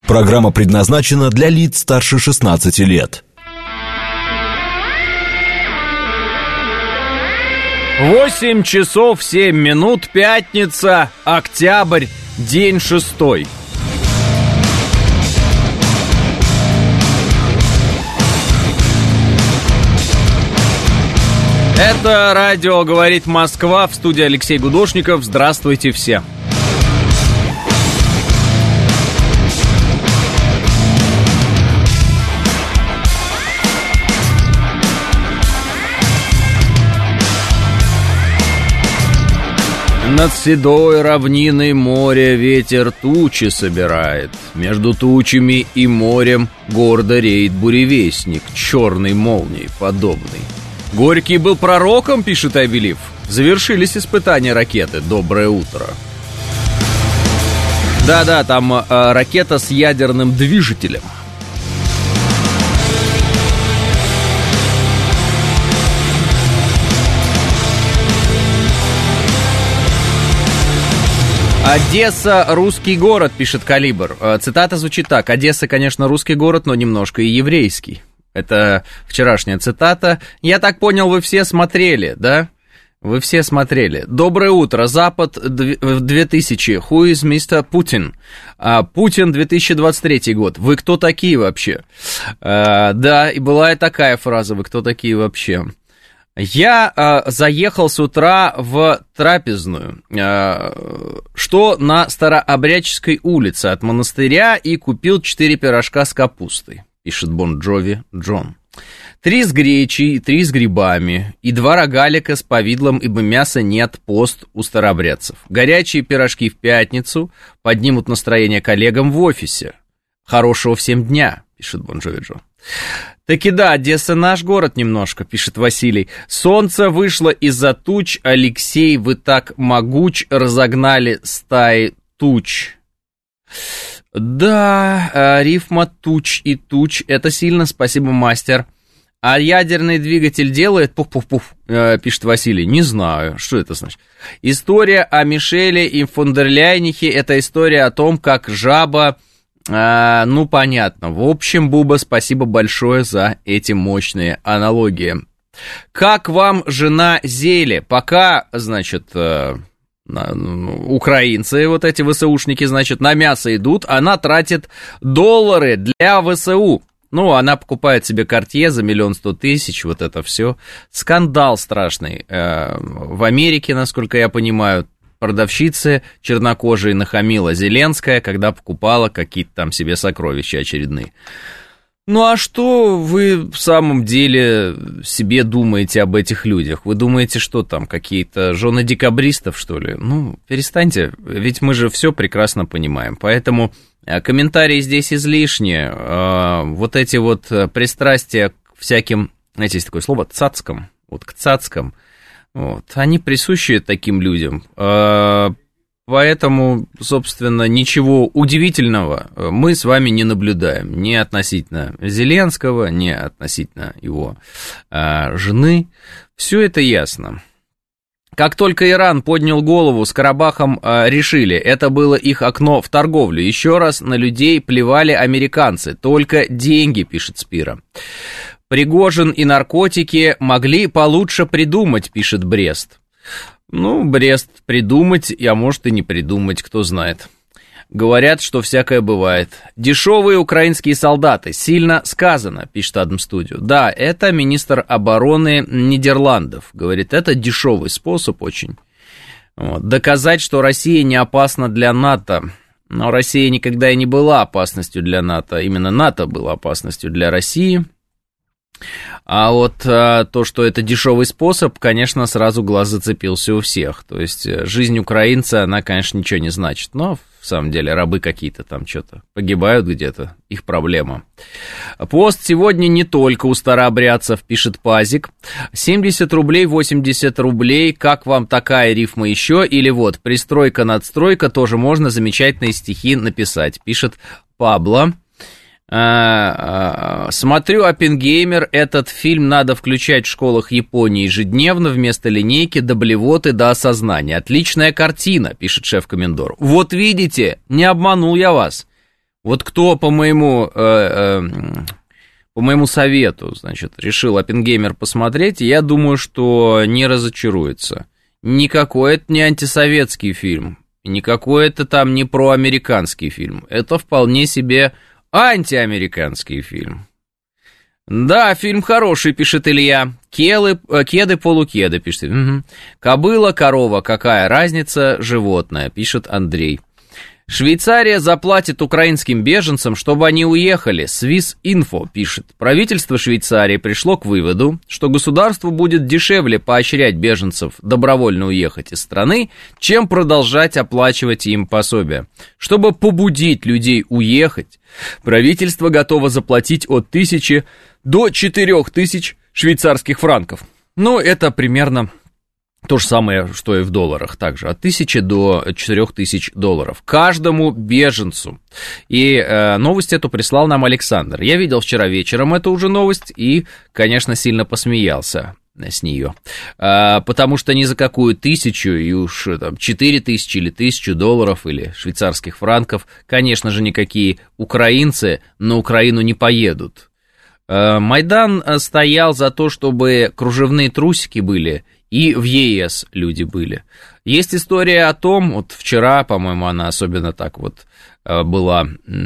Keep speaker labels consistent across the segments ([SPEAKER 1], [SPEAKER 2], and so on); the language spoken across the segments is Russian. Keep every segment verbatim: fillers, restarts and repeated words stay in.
[SPEAKER 1] Программа предназначена для лиц старше шестнадцати лет.
[SPEAKER 2] Восемь часов семь минут, пятница, октябрь, день шестой. Это радио «Говорит Москва», в студии Алексей Гудошников. Здравствуйте все. Над седой равниной море ветер тучи собирает. Между тучами и морем гордо реет буревестник, черной молнией подобный. Горький был пророком, пишет Айбелив. Завершились испытания ракеты. Доброе утро. Да-да, там э, ракета с ядерным движителем. Одесса – русский город, пишет Калибр. Цитата звучит так. Одесса, конечно, русский город, но немножко и еврейский. Это вчерашняя цитата. Я так понял, вы все смотрели, да? Вы все смотрели. Доброе утро. Запад две тысячи. Who is мистер Путин? Путин две тысячи двадцать третий год. Вы кто такие вообще? А, да, и была и такая фраза. Вы кто такие вообще? Я э, заехал с утра в трапезную, э, что на Старообрядческой улице от монастыря, и купил четыре пирожка с капустой, пишет Бон Джови Джон. Три с гречей, три с грибами и два рогалика с повидлом, ибо мяса нет, пост у старообрядцев. Горячие пирожки в пятницу поднимут настроение коллегам в офисе. Хорошего всем дня, пишет Бон Джови Джон. Таки да, Одесса наш город немножко, пишет Василий. Солнце вышло из-за туч. Алексей, вы так могуч, разогнали стаи туч. Да, рифма туч и туч, это сильно, спасибо, мастер. А ядерный двигатель делает? Пуф-пуф-пуф, пишет Василий. Не знаю, что это значит. История о Мишеле и фон дер Ляйнихе, это история о том, как жаба... А, ну, понятно. В общем, Буба, спасибо большое за эти мощные аналогии. Как вам жена Зели? Пока, значит, э, на, ну, украинцы, вот эти ВСУшники, значит, на мясо идут, она тратит доллары для ВСУ. Ну, она покупает себе Cartier за миллион сто тысяч, вот это все. Скандал страшный. Э, в Америке, насколько я понимаю, продавщице чернокожей нахамила Зеленская, когда покупала какие-то там себе сокровища очередные. Ну а что вы в самом деле себе думаете об этих людях? Вы думаете, что там, какие-то жены декабристов, что ли? Ну, перестаньте, ведь мы же все прекрасно понимаем. Поэтому комментарии здесь излишние. Вот эти вот пристрастия к всяким, знаете, есть такое слово, цацкам, вот к цацкам, вот, они присущи таким людям, поэтому, собственно, ничего удивительного мы с вами не наблюдаем, ни относительно Зеленского, ни относительно его жены, все это ясно. Как только Иран поднял голову, с Карабахом решили, это было их окно в торговлю, еще раз на людей плевали американцы, только деньги, пишет Спира. Пригожин и наркотики могли получше придумать, пишет Брест. Ну, Брест придумать, а может и не придумать, кто знает. Говорят, что всякое бывает. Дешевые украинские солдаты, сильно сказано, пишет Адам Студио. Да, это министр обороны Нидерландов. Говорит, это дешевый способ очень. Вот. Доказать, что Россия не опасна для НАТО. Но Россия никогда и не была опасностью для НАТО. Именно НАТО было опасностью для России. А вот а, то, что это дешевый способ, конечно, сразу глаз зацепился у всех. То есть жизнь украинца, она, конечно, ничего не значит. Но, в самом деле, рабы какие-то там что-то погибают где-то, их проблема. Пост сегодня не только у старообрядцев, пишет Пазик. семьдесят рублей, восемьдесят рублей, как вам такая рифма еще? Или вот, пристройка-надстройка, тоже можно замечательные стихи написать, пишет Пабло. Смотрю «Оппенгеймер», этот фильм надо включать в школах Японии ежедневно вместо линейки до блевоты до осознания. Отличная картина, пишет шеф-комендор. Вот видите, не обманул я вас. Вот кто по моему, э, э, по моему совету, значит, решил «Оппенгеймер» посмотреть, я думаю, что не разочаруется. Никакой это не антисоветский фильм, никакой это там не проамериканский фильм. Это вполне себе антиамериканский фильм. Да, фильм хороший, пишет Илья. Келы, кеды, полукеды, пишет. Угу. Кобыла, корова, какая разница, животное, пишет Андрей. Швейцария заплатит украинским беженцам, чтобы они уехали. Свис.Инфо пишет. Правительство Швейцарии пришло к выводу, что государству будет дешевле поощрять беженцев добровольно уехать из страны, чем продолжать оплачивать им пособия. Чтобы побудить людей уехать, правительство готово заплатить от тысячи до четырех тысяч швейцарских франков. Ну, это примерно то же самое, что и в долларах, также от тысячи до четырех тысяч долларов каждому беженцу. И э, новость эту прислал нам Александр. Я видел вчера вечером эту уже новость и, конечно, сильно посмеялся с нее, а, потому что ни за какую тысячу, и уж там четыре тысячи или тысячу долларов или швейцарских франков, конечно же, никакие украинцы на Украину не поедут. А, Майдан стоял за то, чтобы кружевные трусики были, и в ЕС люди были. Есть история о том, вот вчера, по-моему, она особенно так вот была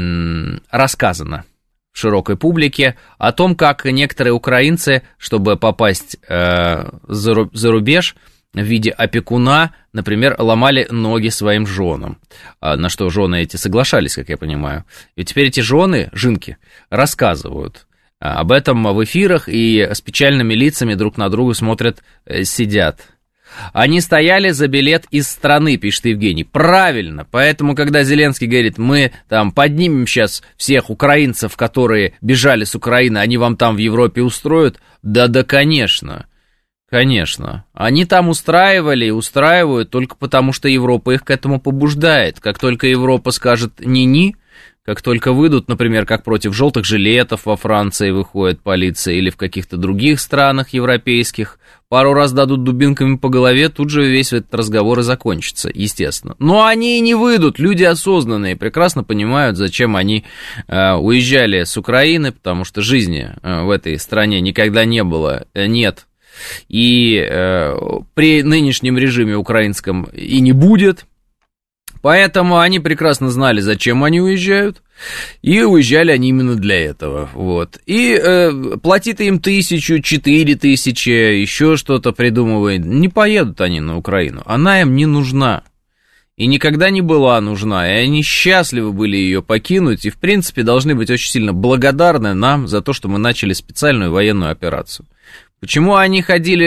[SPEAKER 2] м- рассказана в широкой публике, о том, как некоторые украинцы, чтобы попасть э, за рубеж в виде опекуна, например, ломали ноги своим женам, на что жены эти соглашались, как я понимаю. И теперь эти жены, жинки, рассказывают об этом в эфирах и с печальными лицами друг на друга смотрят, сидят. Они стояли за билет из страны, пишет Евгений. Правильно, поэтому, когда Зеленский говорит, мы там поднимем сейчас всех украинцев, которые бежали с Украины, они вам там в Европе устроят, да-да, конечно, конечно. Они там устраивали и устраивают только потому, что Европа их к этому побуждает. Как только Европа скажет «ни-ни», как только выйдут, например, как против желтых жилетов во Франции выходит полиция или в каких-то других странах европейских, пару раз дадут дубинками по голове, тут же весь этот разговор и закончится, естественно. Но они и не выйдут, люди осознанные, прекрасно понимают, зачем они э, уезжали с Украины, потому что жизни э, в этой стране никогда не было, э, нет. И э, при нынешнем режиме украинском и не будет. Поэтому они прекрасно знали, зачем они уезжают, и уезжали они именно для этого, вот. И э, платит им тысячу, четыре тысячи, еще что-то придумывает, не поедут они на Украину, она им не нужна, и никогда не была нужна, и они счастливы были ее покинуть, и, в принципе, должны быть очень сильно благодарны нам за то, что мы начали специальную военную операцию. Почему они ходили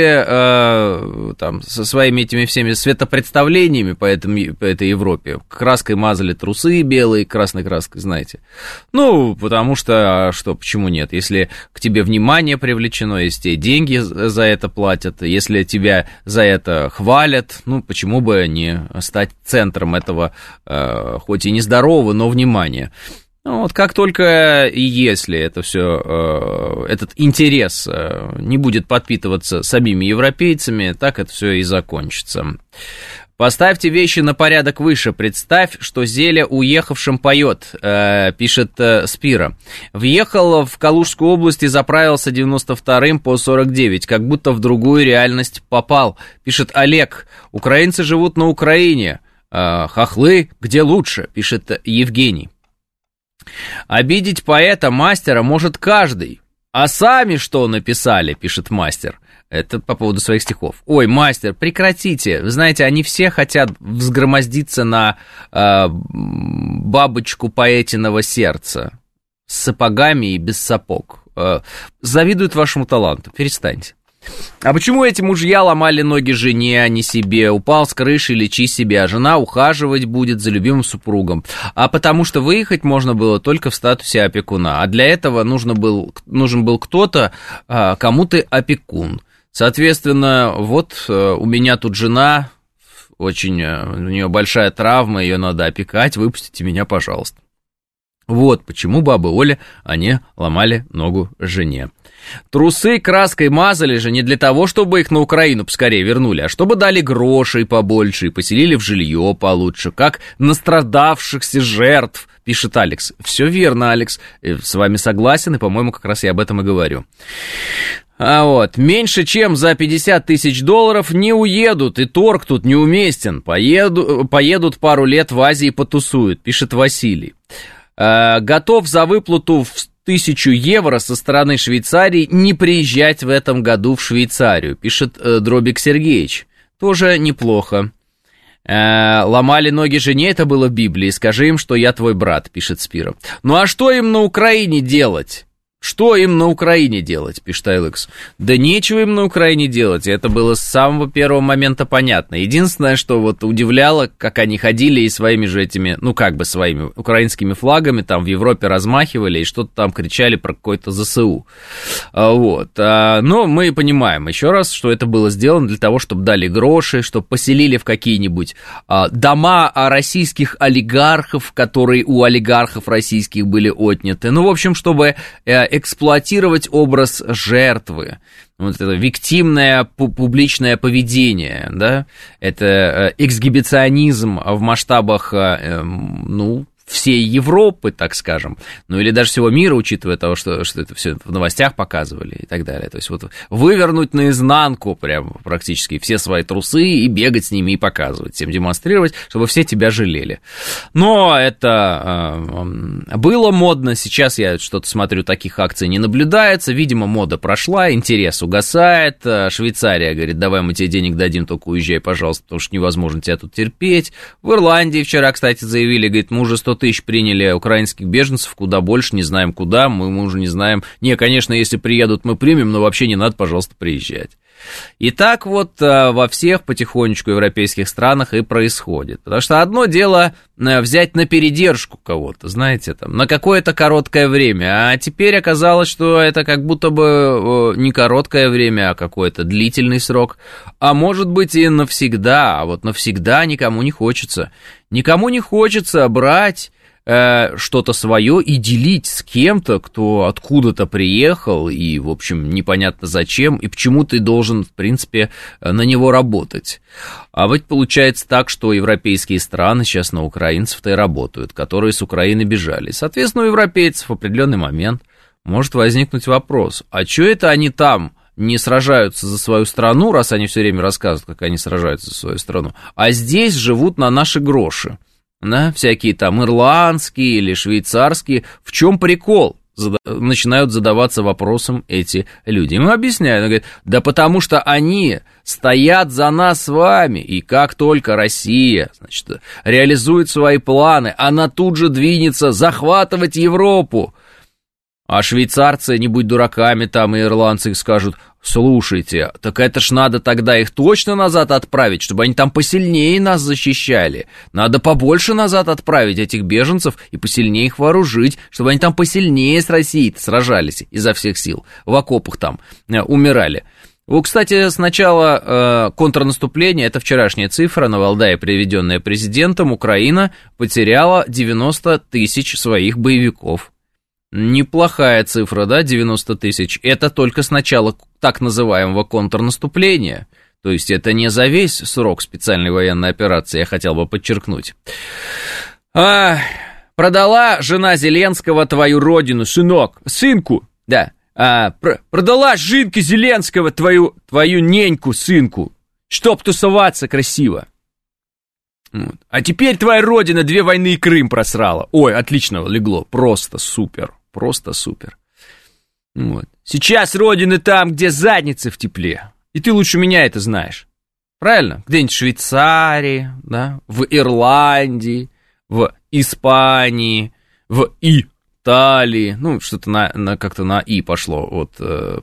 [SPEAKER 2] э, там, со своими этими всеми светопредставлениями по, этому, по этой Европе? Краской мазали трусы белые, красной краской, знаете. Ну, потому что, что, почему нет? Если к тебе внимание привлечено, если тебе деньги за это платят, если тебя за это хвалят, ну, почему бы не стать центром этого, э, хоть и нездорового, но внимания? Ну, вот как только и если это все, этот интерес не будет подпитываться самими европейцами, так это все и закончится. Поставьте вещи на порядок выше. Представь, что Зеля уехавшим поет, пишет Спира. Въехал в Калужскую область и заправился девяносто вторым по сорок девять, как будто в другую реальность попал, пишет Олег. Украинцы живут на Украине. Хохлы где лучше, пишет Евгений. Обидеть поэта, мастера может каждый. А сами что написали, пишет мастер. Это по поводу своих стихов. Ой, мастер, прекратите. Вы знаете, они все хотят взгромоздиться на э, бабочку поэтиного сердца. С сапогами и без сапог. Э, завидуют вашему таланту. Перестаньте. А почему эти мужья ломали ноги жене, а не себе? Упал с крыши, лечи себя, а жена ухаживать будет за любимым супругом. А потому что выехать можно было только в статусе опекуна. А для этого нужно был, нужен был кто-то, кому ты опекун. Соответственно, вот у меня тут жена, очень, у нее большая травма, ее надо опекать, выпустите меня, пожалуйста. Вот почему бабы Оля, они ломали ногу жене. Трусы краской мазали же не для того, чтобы их на Украину поскорее вернули, а чтобы дали грошей побольше и поселили в жилье получше, как настрадавшихся жертв, пишет Алекс. Все верно, Алекс, с вами согласен, и, по-моему, как раз я об этом и говорю. А вот, меньше чем за пятьдесят тысяч долларов не уедут, и торг тут неуместен. Поеду, поедут пару лет в Азии потусуют, пишет Василий. А, готов за выплату в тысячу евро со стороны Швейцарии не приезжать в этом году в Швейцарию, пишет э, Дробик Сергеевич. Тоже неплохо. Э, ломали ноги жене, это было в Библии. Скажи им, что я твой брат, пишет Спира. Ну а что им на Украине делать? Что им на Украине делать, пишет Айлекс. Да нечего им на Украине делать, это было с самого первого момента понятно. Единственное, что вот удивляло, как они ходили и своими же этими, ну как бы своими украинскими флагами там в Европе размахивали и что-то там кричали про какой-то ЗСУ. Вот. Но мы понимаем еще раз, что это было сделано для того, чтобы дали гроши, чтобы поселили в какие-нибудь дома российских олигархов, которые у олигархов российских были отняты. Ну, в общем, чтобы эксплуатировать образ жертвы, вот это виктимное публичное поведение, да, это эксгибиционизм в масштабах, ну, всей Европы, так скажем, ну или даже всего мира, учитывая того, что, что это все в новостях показывали и так далее. То есть вот вывернуть наизнанку прям практически все свои трусы и бегать с ними и показывать, всем демонстрировать, чтобы все тебя жалели. Но это э, было модно, сейчас я что-то смотрю, таких акций не наблюдается, видимо, мода прошла, интерес угасает, Швейцария говорит, давай мы тебе денег дадим, только уезжай, пожалуйста, потому что невозможно тебя тут терпеть. В Ирландии вчера, кстати, заявили, говорит, мы уже сто тысяч приняли украинских беженцев, куда больше, не знаем куда, мы, мы уже не знаем. Не, конечно, если приедут, мы примем, но вообще не надо, пожалуйста, приезжать. И так вот во всех потихонечку европейских странах и происходит. Потому что одно дело взять на передержку кого-то, знаете, там, на какое-то короткое время, а теперь оказалось, что это как будто бы не короткое время, а какой-то длительный срок, а может быть и навсегда, а вот навсегда никому не хочется. Никому не хочется брать э, что-то свое и делить с кем-то, кто откуда-то приехал, и, в общем, непонятно зачем, и почему ты должен, в принципе, на него работать. А ведь получается так, что европейские страны сейчас на украинцев-то и работают, которые с Украины бежали. Соответственно, у европейцев в определенный момент может возникнуть вопрос, а что это они там не сражаются за свою страну, раз они все время рассказывают, как они сражаются за свою страну, а здесь живут на наши гроши, да, всякие там ирландские или швейцарские. В чем прикол? Зада- начинают задаваться вопросом эти люди. Им объясняют, они говорят, да потому что они стоят за нас с вами, и как только Россия, значит, реализует свои планы, она тут же двинется захватывать Европу. А швейцарцы, не будь дураками, там и ирландцы скажут, слушайте, так это ж надо тогда их точно назад отправить, чтобы они там посильнее нас защищали. Надо побольше назад отправить этих беженцев и посильнее их вооружить, чтобы они там посильнее с Россией сражались изо всех сил, в окопах там э, умирали. Вот, кстати, с начала э, контрнаступления, это вчерашняя цифра, на Валдае, приведенная президентом, Украина потеряла девяносто тысяч своих боевиков. Неплохая цифра, да, девяносто тысяч. Это только с начала так называемого контрнаступления. То есть это не за весь срок специальной военной операции, я хотел бы подчеркнуть. А, продала жена Зеленского твою родину, сынок, сынку, да. А, пр- продала жинке Зеленского твою, твою неньку, сынку, чтоб тусоваться красиво. Вот. А теперь твоя родина две войны и Крым просрала. Ой, отлично легло, просто супер, просто супер. Вот. Сейчас родина там, где задницы в тепле. И ты лучше меня это знаешь. Правильно? Где-нибудь в Швейцарии, да, в Ирландии, в Испании, в Италии. Ну, что-то на, на, как-то на «и» пошло. Вот. Э,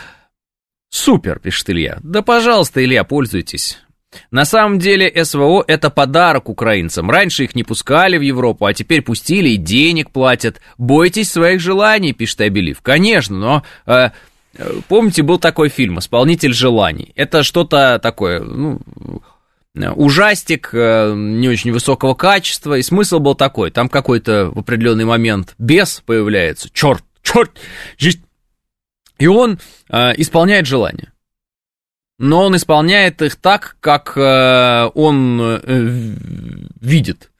[SPEAKER 2] супер, пишет Илья. Да, пожалуйста, Илья, пользуйтесь. На самом деле СВО – это подарок украинцам. Раньше их не пускали в Европу, а теперь пустили и денег платят. Бойтесь своих желаний, пишет Абелив. Конечно, но э, помните, был такой фильм «Исполнитель желаний». Это что-то такое, ну, ужастик э, не очень высокого качества, и смысл был такой. Там какой-то в определенный момент бес появляется, черт, черт, жизнь, и он э, исполняет желания. Но он исполняет их так, как э, он э, видит.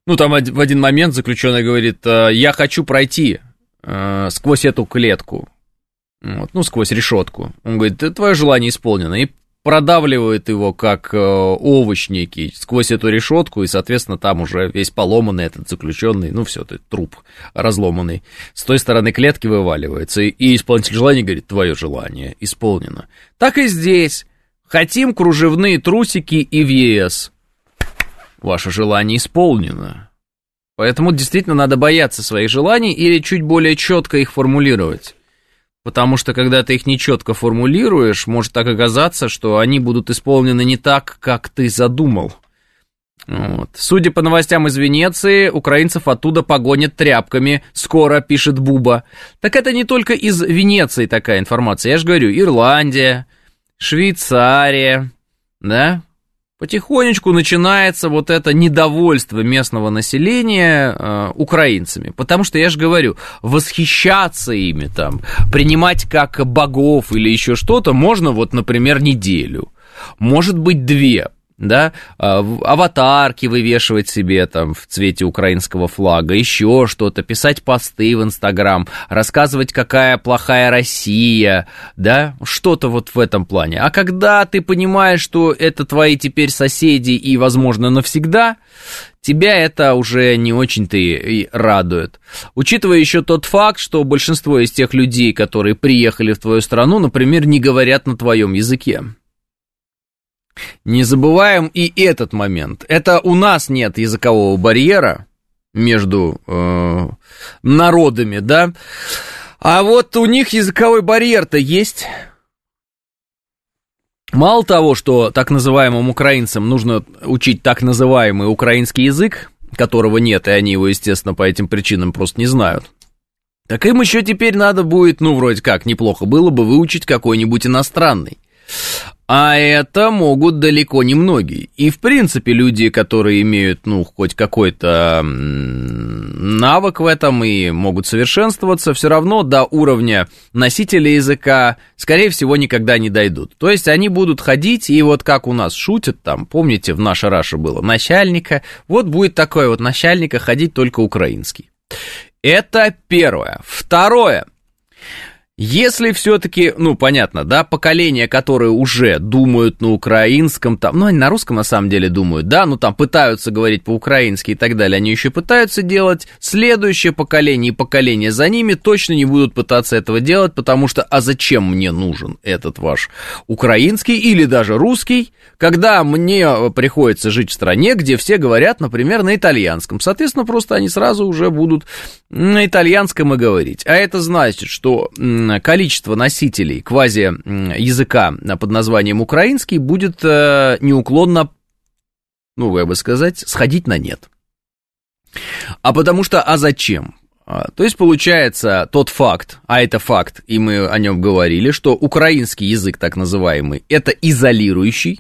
[SPEAKER 2] Ну, там в один момент заключенный говорит, я хочу пройти э, сквозь эту клетку, вот, ну, сквозь решетку. Он говорит, твое желание исполнено, и продавливает его, как э, овощ некий, сквозь эту решетку, и, соответственно, там уже весь поломанный этот заключенный, ну, все, это труп разломанный, с той стороны клетки вываливается, и, и исполнитель желания говорит, твое желание исполнено. Так и здесь. Хотим кружевные трусики и в ЕС. Ваше желание исполнено. Поэтому действительно надо бояться своих желаний или чуть более четко их формулировать. Потому что, когда ты их нечетко формулируешь, может так оказаться, что они будут исполнены не так, как ты задумал. Вот. Судя по новостям из Венеции, украинцев оттуда погонят тряпками. Скоро, пишет Буба. Так это не только из Венеции такая информация. Я же говорю, Ирландия, Швейцария, да? Потихонечку начинается вот это недовольство местного населения э, украинцами, потому что, я же говорю, восхищаться ими там, принимать как богов или еще что-то можно вот, например, неделю, может быть, две, да, аватарки вывешивать себе там в цвете украинского флага, еще что-то, писать посты в Инстаграм, рассказывать, какая плохая Россия, да, что-то вот в этом плане. А когда ты понимаешь, что это твои теперь соседи и, возможно, навсегда, тебя это уже не очень-то и радует. Учитывая еще тот факт, что большинство из тех людей, которые приехали в твою страну, например, не говорят на твоем языке. Не забываем и этот момент. Это у нас нет языкового барьера между э, народами, да? А вот у них языковой барьер-то есть. Мало того, что так называемым украинцам нужно учить так называемый украинский язык, которого нет, и они его, естественно, по этим причинам просто не знают, так им еще теперь надо будет, ну, вроде как, неплохо было бы выучить какой-нибудь иностранный. А это могут далеко не многие. И, в принципе, люди, которые имеют, ну, хоть какой-то навык в этом и могут совершенствоваться, все равно до уровня носителя языка, скорее всего, никогда не дойдут. То есть они будут ходить, и вот как у нас шутят там, помните, в «Наша Раша» было начальника, вот будет такой вот начальника ходить только украинский. Это первое. Второе. Если все-таки, ну, понятно, да, поколения, которые уже думают на украинском, там, ну, они на русском на самом деле думают, да, ну, там пытаются говорить по-украински и так далее, они еще пытаются делать, следующее поколение и поколение за ними точно не будут пытаться этого делать, потому что, а зачем мне нужен этот ваш украинский или даже русский, когда мне приходится жить в стране, где все говорят, например, на итальянском, соответственно, просто они сразу уже будут на итальянском и говорить, а это значит, что количество носителей квази-языка под названием украинский будет неуклонно, ну, как бы сказать, сходить на нет. А потому что, а зачем? То есть, получается, тот факт, а это факт, и мы о нем говорили, что украинский язык, так называемый, это изолирующий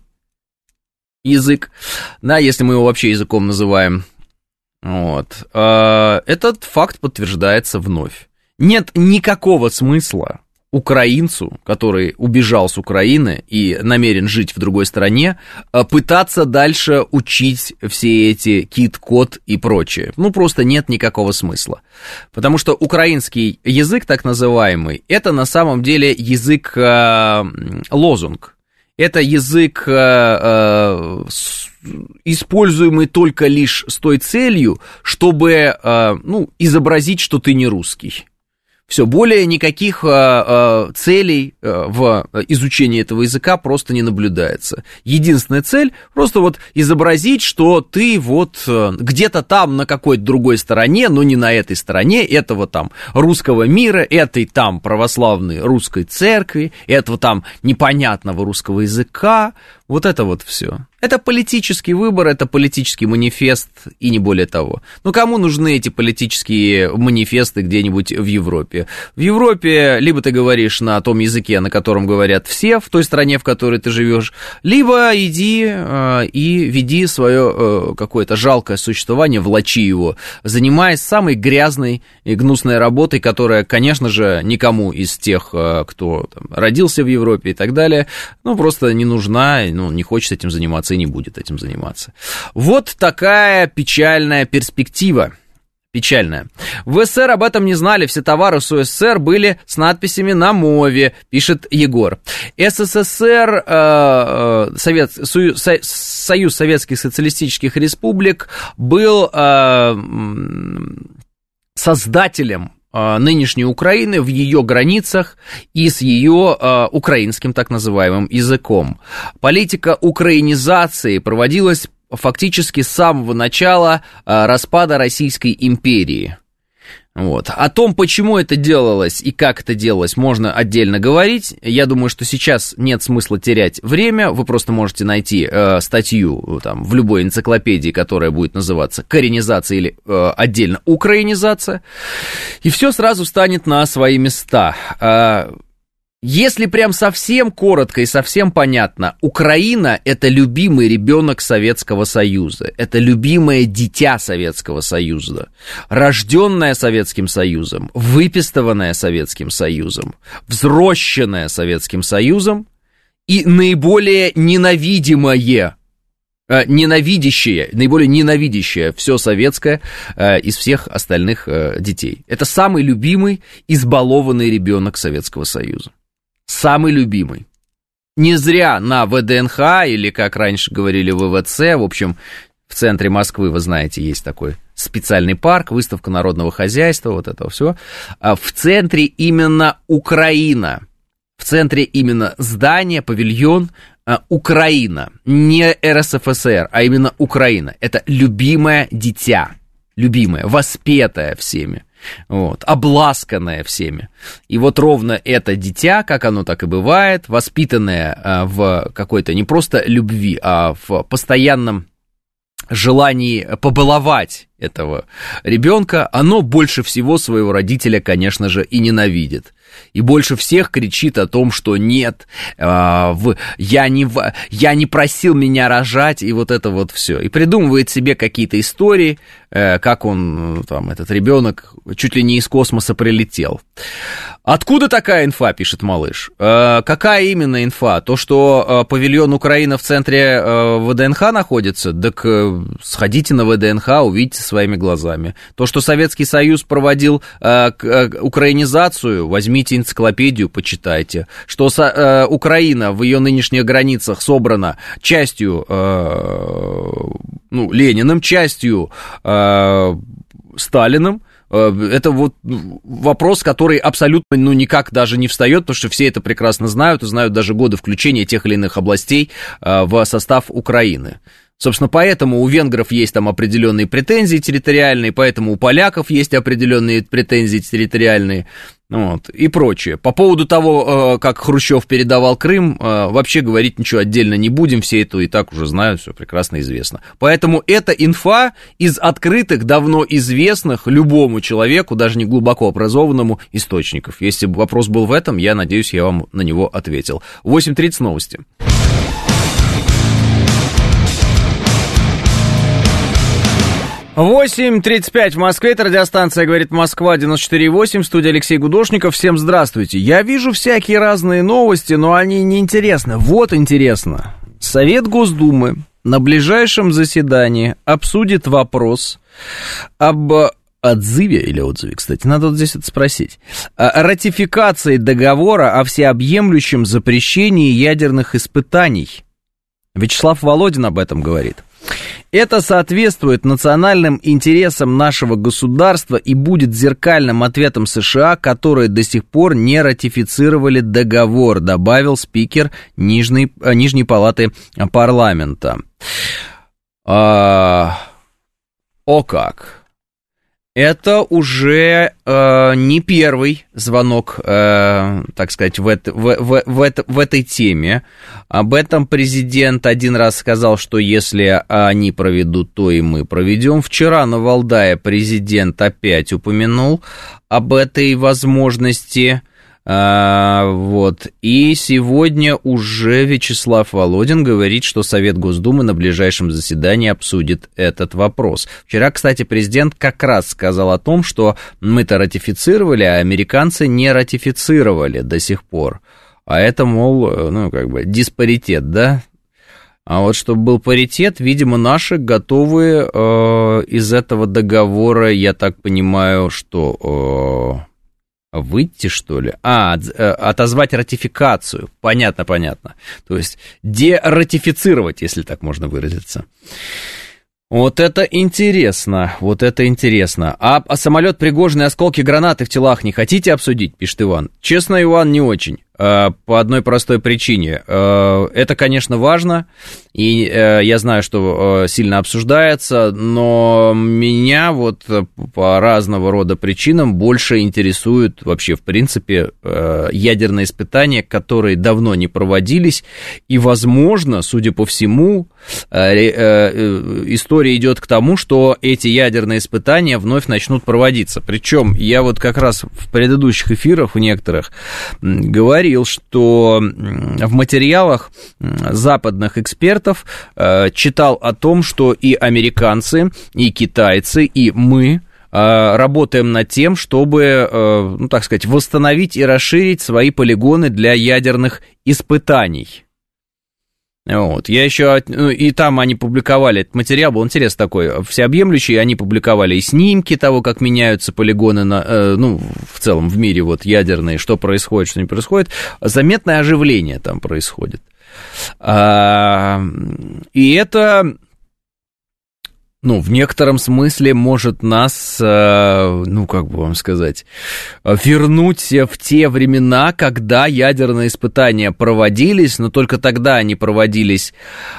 [SPEAKER 2] язык, да, если мы его вообще языком называем, вот, этот факт подтверждается вновь. Нет никакого смысла украинцу, который убежал с Украины и намерен жить в другой стране, пытаться дальше учить все эти кит-код и прочее. Ну, просто нет никакого смысла. Потому что украинский язык, так называемый, это на самом деле язык э, лозунг. Это язык, э, э, с, используемый только лишь с той целью, чтобы э, ну, изобразить, что ты не русский. Все, более никаких э, э, целей э, в изучении этого языка просто не наблюдается. Единственная цель просто вот изобразить, что ты вот э, где-то там на какой-то другой стороне, но не на этой стороне этого там русского мира, этой там православной русской церкви, этого там непонятного русского языка. Вот это вот все. Это политический выбор, это политический манифест и не более того. Но кому нужны эти политические манифесты где-нибудь в Европе? В Европе либо ты говоришь на том языке, на котором говорят все, в той стране, в которой ты живешь, либо иди э, и веди свое э, какое-то жалкое существование, влачи его, занимаясь самой грязной и гнусной работой, которая, конечно же, никому из тех, э, кто там, родился в Европе и так далее, ну, просто не нужна, ну, не хочет этим заниматься и не будет этим заниматься. Вот такая печальная перспектива. Печальная. В СССР об этом не знали, все товары с СССР были с надписями на мове, пишет Егор. СССР, э, Совет, Союз, Союз Советских Социалистических Республик был э, создателем нынешней Украины в ее границах и с ее э, украинским так называемым языком. Политика украинизации проводилась фактически с самого начала э, распада Российской империи. Вот. О том, почему это делалось и как это делалось, можно отдельно говорить. Я думаю, что сейчас нет смысла терять время. Вы просто можете найти э, статью там, в любой энциклопедии, которая будет называться «Коренизация» или э, отдельно «Украинизация», и все сразу станет на свои места. Э, Если прям совсем коротко и совсем понятно, Украина – это любимый ребенок Советского Союза, это любимое дитя Советского Союза, рожденное Советским Союзом, выпистыванное Советским Союзом, взрощенное Советским Союзом и наиболее ненавидимое, э, ненавидящее, наиболее ненавидящее все советское э, из всех остальных э, детей. Это самый любимый, избалованный ребенок Советского Союза. Самый любимый. Не зря на ВДНХ, или, как раньше говорили, ВВЦ, в общем, в центре Москвы, вы знаете, есть такой специальный парк, выставка народного хозяйства, вот этого всего. В центре именно Украина. В центре именно здание, павильон Украина. Не РСФСР, а именно Украина. Это любимое дитя. Любимое, воспетое всеми. Вот, обласканное всеми. И вот ровно это дитя, как оно так и бывает, воспитанное а, в какой-то не просто любви, а в постоянном желании побаловать этого ребенка, оно больше всего своего родителя, конечно же, и ненавидит. И больше всех кричит о том, что нет, э, в, я, не, я не просил меня рожать, и вот это вот все. И придумывает себе какие-то истории, э, как он, там, этот ребенок, чуть ли не из космоса прилетел. Откуда такая инфа, пишет малыш? Э, какая именно инфа? То, что э, павильон Украина в центре э, ВДНХ находится? Так э, сходите на ВДНХ, увидите своими глазами. То, что Советский Союз проводил э, э, украинизацию, возьмите энциклопедию, почитайте. Что со, э, Украина в ее нынешних границах собрана частью э, ну, Лениным, частью э, Сталиным. Это вот вопрос, который абсолютно, ну, никак даже не встает, потому что все это прекрасно знают, и знают даже годы включения тех или иных областей в состав Украины. Собственно, поэтому у венгров есть там определенные претензии территориальные, поэтому у поляков есть определенные претензии территориальные, вот, и прочее. По поводу того, как Хрущев передавал Крым, вообще говорить ничего отдельно не будем, все это и так уже знают, все прекрасно известно. Поэтому эта инфа из открытых, давно известных любому человеку, даже не глубоко образованному, источников. Если бы вопрос был в этом, я надеюсь, я вам на него ответил. восемь тридцать новости. восемь тридцать пять в Москве, это радиостанция «Говорит Москва», девяносто четыре и восемь, студия Алексей Гудошников. Всем здравствуйте. Я вижу всякие разные новости, но они неинтересны. Вот интересно. Совет Госдумы на ближайшем заседании обсудит вопрос об отзыве, или отзыве, кстати, надо вот здесь это спросить, ратификации договора о всеобъемлющем запрещении ядерных испытаний. Вячеслав Володин об этом говорит. Это соответствует национальным интересам нашего государства и будет зеркальным ответом США, которые до сих пор не ратифицировали договор, добавил спикер Нижней, Нижней палаты парламента. А, о как! Это уже э, не первый звонок, э, так сказать, в, это, в, в, в, это, в этой теме. Об этом президент один раз сказал, что если они проведут, то и мы проведем. Вчера на Валдае президент опять упомянул об этой возможности. А, вот. И сегодня уже Вячеслав Володин говорит, что Совет Госдумы на ближайшем заседании обсудит этот вопрос. Вчера, кстати, президент как раз сказал о том, что мы-то ратифицировали, а американцы не ратифицировали до сих пор. А это, мол, ну, как бы, диспаритет, да? А вот чтобы был паритет, видимо, наши готовы э, из этого договора, я так понимаю, что э, выйти, что ли? А, э, отозвать ратификацию. Понятно, понятно. То есть дератифицировать, если так можно выразиться. Вот это интересно, вот это интересно. А, а самолет Пригожин и осколки гранаты в телах не хотите обсудить, пишет Иван? Честно, Иван, не очень. По одной простой причине. Это, конечно, важно, и я знаю, что сильно обсуждается, но меня вот по разного рода причинам больше интересуют вообще, в принципе, ядерные испытания, которые давно не проводились, и, возможно, судя по всему, история идет к тому, что эти ядерные испытания вновь начнут проводиться. Причем я вот как раз в предыдущих эфирах у некоторых говорил, что в материалах западных экспертов читал о том, что и американцы, и китайцы, и мы работаем над тем, чтобы, ну, так сказать, восстановить и расширить свои полигоны для ядерных испытаний. Вот. Я еще, и там они публиковали этот материал, был интерес такой, всеобъемлющий, они публиковали и снимки того, как меняются полигоны, на, ну, в целом в мире вот ядерные, что происходит, что не происходит, заметное оживление там происходит. И это... Ну, в некотором смысле может нас, ну, как бы вам сказать, вернуть в те времена, когда ядерные испытания проводились, но только тогда они проводились,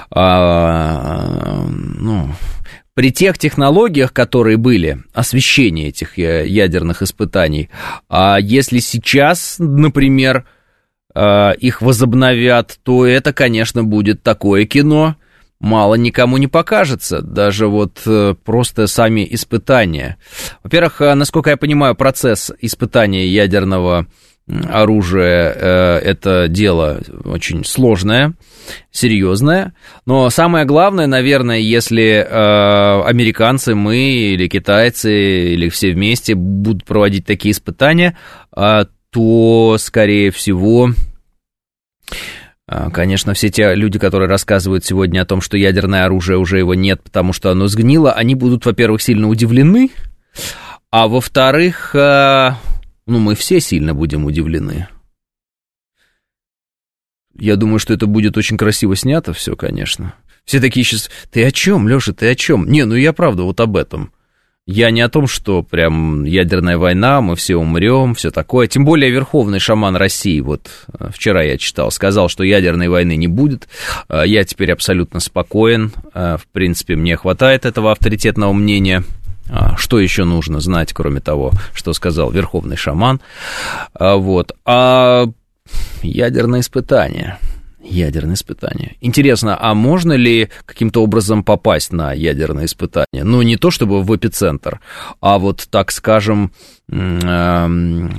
[SPEAKER 2] ну, при тех технологиях, которые были, освещение этих ядерных испытаний. А если сейчас, например, их возобновят, то это, конечно, будет такое кино, мало никому не покажется, даже вот просто сами испытания. Во-первых, насколько я понимаю, процесс испытания ядерного оружия – это дело очень сложное, серьезное, но самое главное, наверное, если американцы, мы или китайцы, или все вместе будут проводить такие испытания, то, скорее всего... Конечно, все те люди, которые рассказывают сегодня о том, что ядерное оружие уже его нет, потому что оно сгнило, они будут, во-первых, сильно удивлены, а во-вторых, ну, мы все сильно будем удивлены. Я думаю, что это будет очень красиво снято все, конечно. Все такие сейчас, ты о чем, Леша, ты о чем? Не, ну я правда вот об этом. Я не о том, что прям ядерная война, мы все умрем, все такое. Тем более верховный шаман России, вот вчера я читал, сказал, что ядерной войны не будет. Я теперь абсолютно спокоен. В принципе, мне хватает этого авторитетного мнения. Что еще нужно знать, кроме того, что сказал верховный шаман? Вот. А ядерное испытание... Ядерные испытания. Интересно, а можно ли каким-то образом попасть на ядерные испытания? Ну, не то чтобы в эпицентр, а вот, так скажем, э,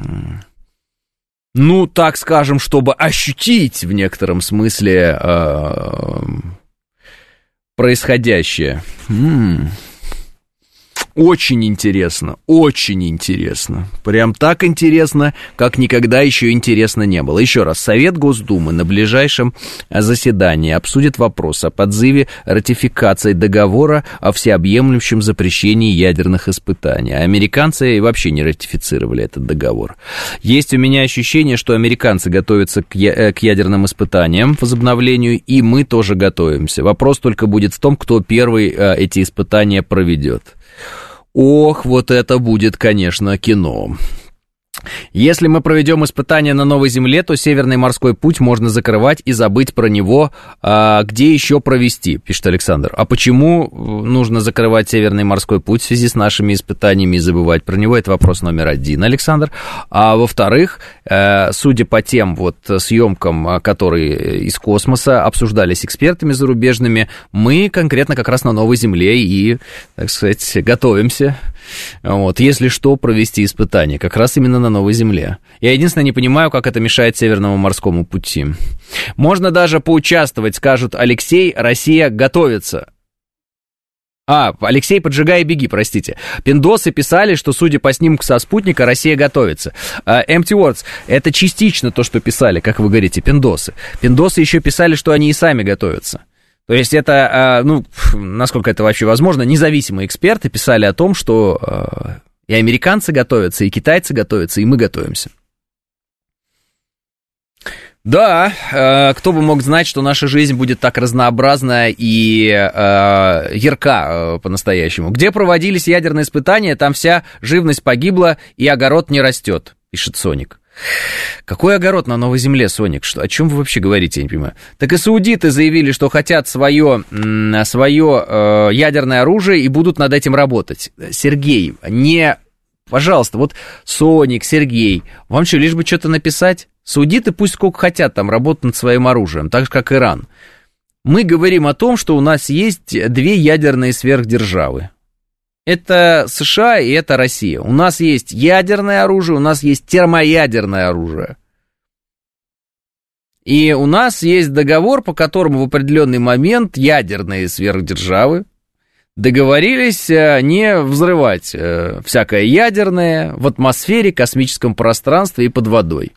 [SPEAKER 2] ну, так скажем, чтобы ощутить в некотором смысле э, происходящее. М-м. Очень интересно, очень интересно. Прям так интересно, как никогда еще интересно не было. Еще раз, Совет Госдумы на ближайшем заседании обсудит вопрос о подзыве ратификации договора о всеобъемлющем запрещении ядерных испытаний. А американцы вообще не ратифицировали этот договор. Есть у меня ощущение, что американцы готовятся к ядерным испытаниям, возобновлению, и мы тоже готовимся. Вопрос только будет в том, кто первый эти испытания проведет. Ох, вот это будет, конечно, кино. Если мы проведем испытания на Новой Земле, то Северный морской путь можно закрывать и забыть про него. А где еще провести, пишет Александр. А почему нужно закрывать Северный морской путь в связи с нашими испытаниями и забывать про него? Это вопрос номер один, Александр. А во-вторых, судя по тем вот съемкам, которые из космоса обсуждались экспертами зарубежными, мы конкретно как раз на Новой Земле и, так сказать, готовимся. Вот, если что, провести испытания, как раз именно на Новой Земле. Я единственное не понимаю, как это мешает Северному морскому пути. Можно даже поучаствовать, скажут Алексей, Россия готовится. А, Алексей, поджигай и беги, простите. Пиндосы писали, что, судя по снимку со спутника, Россия готовится. Uh, Empty Words, это частично то, что писали, как вы говорите, пиндосы. Пиндосы еще писали, что они и сами готовятся. То есть это, ну, насколько это вообще возможно, независимые эксперты писали о том, что и американцы готовятся, и китайцы готовятся, и мы готовимся. Да, кто бы мог знать, что наша жизнь будет так разнообразна и ярка по-настоящему. Где проводились ядерные испытания, там вся живность погибла, и огород не растет, пишет Соник. Какой огород на Новой Земле, Соник? Что, о чем вы вообще говорите, я не понимаю. Так и саудиты заявили, что хотят свое, свое э, ядерное оружие и будут над этим работать. Сергей, не... Пожалуйста, вот Соник, Сергей, вам что, лишь бы что-то написать? Саудиты пусть сколько хотят там работать над своим оружием, так же, как Иран. Мы говорим о том, что у нас есть две ядерные сверхдержавы. Это США и это Россия. У нас есть ядерное оружие, у нас есть термоядерное оружие. И у нас есть договор, по которому в определенный момент ядерные сверхдержавы договорились не взрывать всякое ядерное в атмосфере, космическом пространстве и под водой.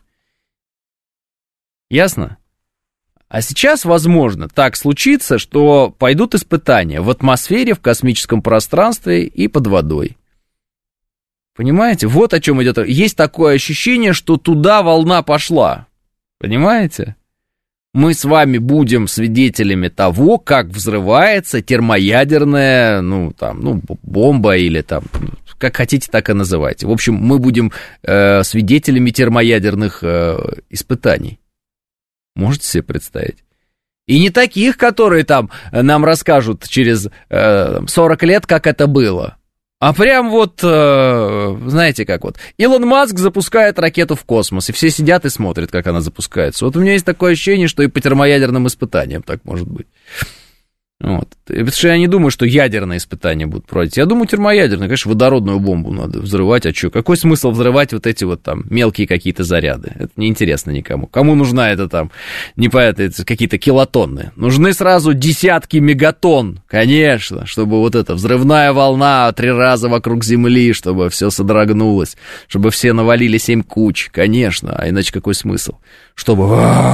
[SPEAKER 2] Ясно? А сейчас, возможно, так случится, что пойдут испытания в атмосфере, в космическом пространстве и под водой. Понимаете? Вот о чем идет. Есть такое ощущение, что туда волна пошла. Понимаете? Мы с вами будем свидетелями того, как взрывается термоядерная, ну, там, ну, бомба или там, как хотите, так и называйте. В общем, мы будем э, свидетелями термоядерных э, испытаний. Можете себе представить? И не таких, которые там нам расскажут через э, сорок лет, как это было. А прям вот, э, знаете, как вот, Илон Маск запускает ракету в космос, и все сидят и смотрят, как она запускается. Вот у меня есть такое ощущение, что и по термоядерным испытаниям так может быть. Вот. Потому что я не думаю, что ядерные испытания будут проводить. Я думаю, термоядерные, конечно, водородную бомбу надо взрывать. А что? Какой смысл взрывать вот эти вот там мелкие какие-то заряды? Это неинтересно никому. Кому нужна это там, непонятно, это какие-то килотонны? Нужны сразу десятки мегатонн, конечно, чтобы вот эта взрывная волна три раза вокруг Земли, чтобы все содрогнулось, чтобы все навалили семь куч, конечно. А иначе какой смысл? Чтобы...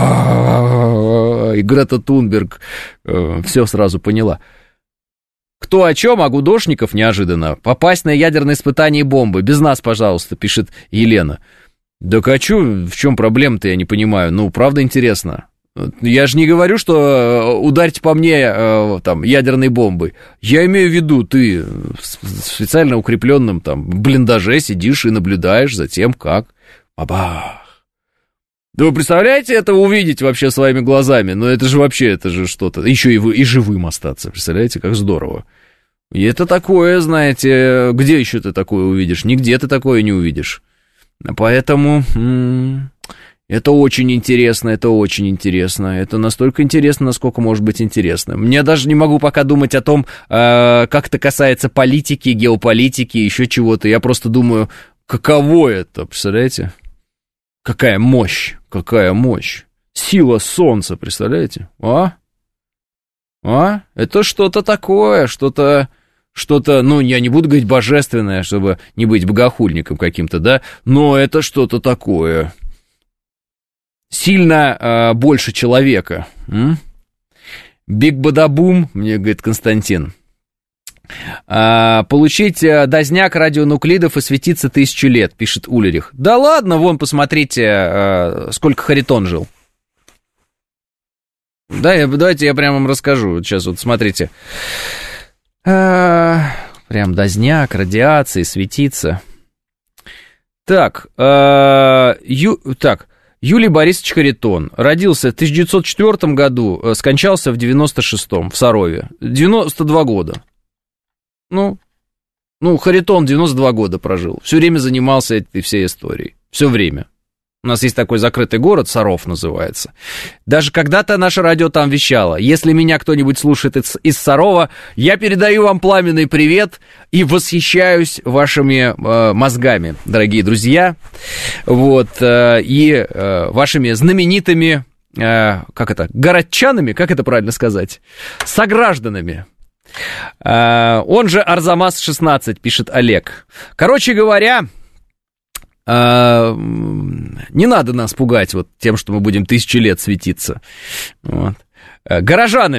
[SPEAKER 2] И Грета Тунберг все сразу поняла. Кто о чем, а Гудошников неожиданно. Попасть на ядерное испытание бомбы. Без нас, пожалуйста, пишет Елена. Да а чё, в чем проблема-то, я не понимаю. Ну, правда интересно. Я же не говорю, что ударьте по мне там ядерной бомбой. Я имею в виду, ты в специально укрепленном там блиндаже сидишь и наблюдаешь за тем, как... Бабах! Да вы представляете это увидеть вообще своими глазами? Ну это же вообще, это же что-то. Еще и, вы, и живым остаться, представляете, как здорово. И это такое, знаете, где еще ты такое увидишь? Нигде ты такое не увидишь. Поэтому м-м, это очень интересно, это очень интересно. Это настолько интересно, насколько может быть интересно. Я даже не могу пока думать о том, э, как это касается политики, геополитики, еще чего-то. Я просто думаю, каково это, представляете? Какая мощь, какая мощь. Сила солнца, представляете? А? А? Это что-то такое, что-то, что-то, ну, я не буду говорить божественное, чтобы не быть богохульником каким-то, да, но это что-то такое. Сильно э, больше человека. М? Биг-бадабум, мне говорит Константин. А, получить дозняк радионуклидов и светиться тысячу лет, пишет Улерих. Да ладно, вон, посмотрите, а, сколько Харитон жил. Да, я, давайте я прямо вам расскажу. Сейчас вот смотрите. А, прям дозняк, радиации, светиться. Так, а, ю, так, Юлий Борисович Харитон родился в тысяча девятьсот четвёртом году, скончался в девяносто шестом в Сарове. девяносто два года. Ну, ну, Харитон девяносто два года прожил. Все время занимался этой всей историей. Все время. У нас есть такой закрытый город, Саров называется. Даже когда-то наше радио там вещало. Если меня кто-нибудь слушает из, из Сарова, я передаю вам пламенный привет и восхищаюсь вашими э, мозгами, дорогие друзья. Вот, э, и э, вашими знаменитыми, э, как это, городчанами, как это правильно сказать, согражданами. Uh, он же Арзамас шестнадцать, пишет Олег. Короче говоря, uh, не надо нас пугать вот тем, что мы будем тысячу лет светиться. Вот. Uh, горожанами.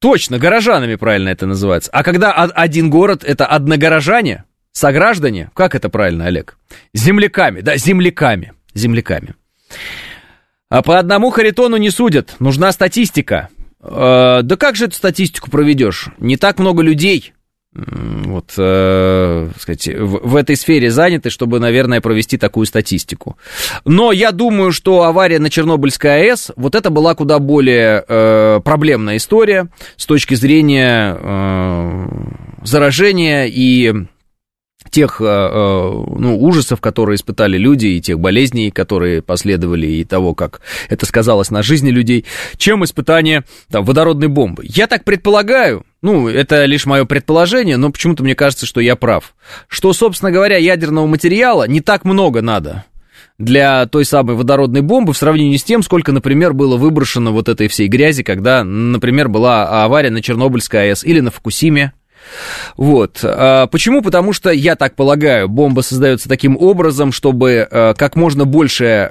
[SPEAKER 2] Точно, горожанами правильно это называется. А когда один город, это одногорожане, сограждане, как это правильно, Олег? Земляками, да, земляками, земляками. А по одному Харитону не судят, нужна статистика. Э, да как же эту статистику проведешь? Не так много людей, вот, э, сказать, в, в этой сфере заняты, чтобы, наверное, провести такую статистику. Но я думаю, что авария на Чернобыльской АЭС, вот это была куда более э, проблемная история с точки зрения э, заражения и тех ну, ужасов, которые испытали люди, и тех болезней, которые последовали, и того, как это сказалось на жизни людей, чем испытание там, водородной бомбы. Я так предполагаю, ну, это лишь мое предположение, но почему-то мне кажется, что я прав, что, собственно говоря, ядерного материала не так много надо для той самой водородной бомбы в сравнении с тем, сколько, например, было выброшено вот этой всей грязи, когда, например, была авария на Чернобыльской АЭС или на Фукусиме. Вот. Почему? Потому что, я так полагаю, бомба создается таким образом, чтобы как можно больше,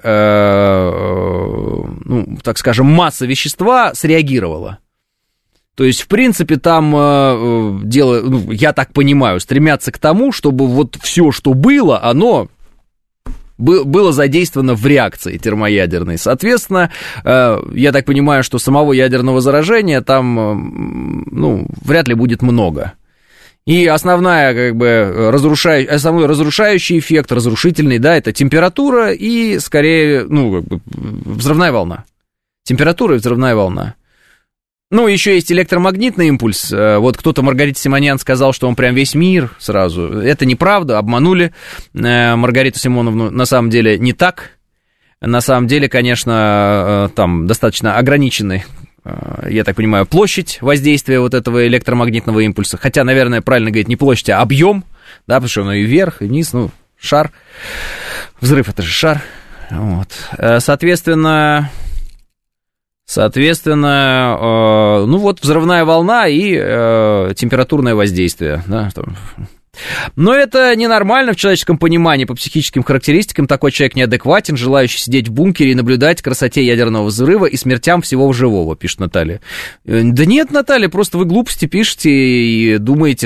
[SPEAKER 2] ну, так скажем, масса вещества среагировала. То есть, в принципе, там дело, ну, я так понимаю, стремятся к тому, чтобы вот все, что было, оно было задействовано в реакции термоядерной. Соответственно, я так понимаю, что самого ядерного заражения там, ну, вряд ли будет много. И основная, как бы, разрушающий, основной разрушающий эффект, разрушительный, да, это температура и, скорее, ну, как бы, взрывная волна. Температура и взрывная волна. Ну, еще есть электромагнитный импульс. Вот кто-то, Маргарита Симонян, сказал, что он прям весь мир сразу. Это неправда, обманули Маргариту Симоновну. На самом деле не так. На самом деле, конечно, там достаточно ограниченный, я так понимаю, площадь воздействия вот этого электромагнитного импульса. Хотя, наверное, правильно говорить, не площадь, а объем, да, потому что он и вверх, и вниз, ну, шар. Взрыв — это же шар. Вот. Соответственно, соответственно, ну вот взрывная волна и температурное воздействие, да, там. Но это ненормально в человеческом понимании. По психическим характеристикам такой человек неадекватен, желающий сидеть в бункере и наблюдать красоте ядерного взрыва и смертям всего живого, пишет Наталья. Да нет, Наталья, просто вы глупости пишете и думаете,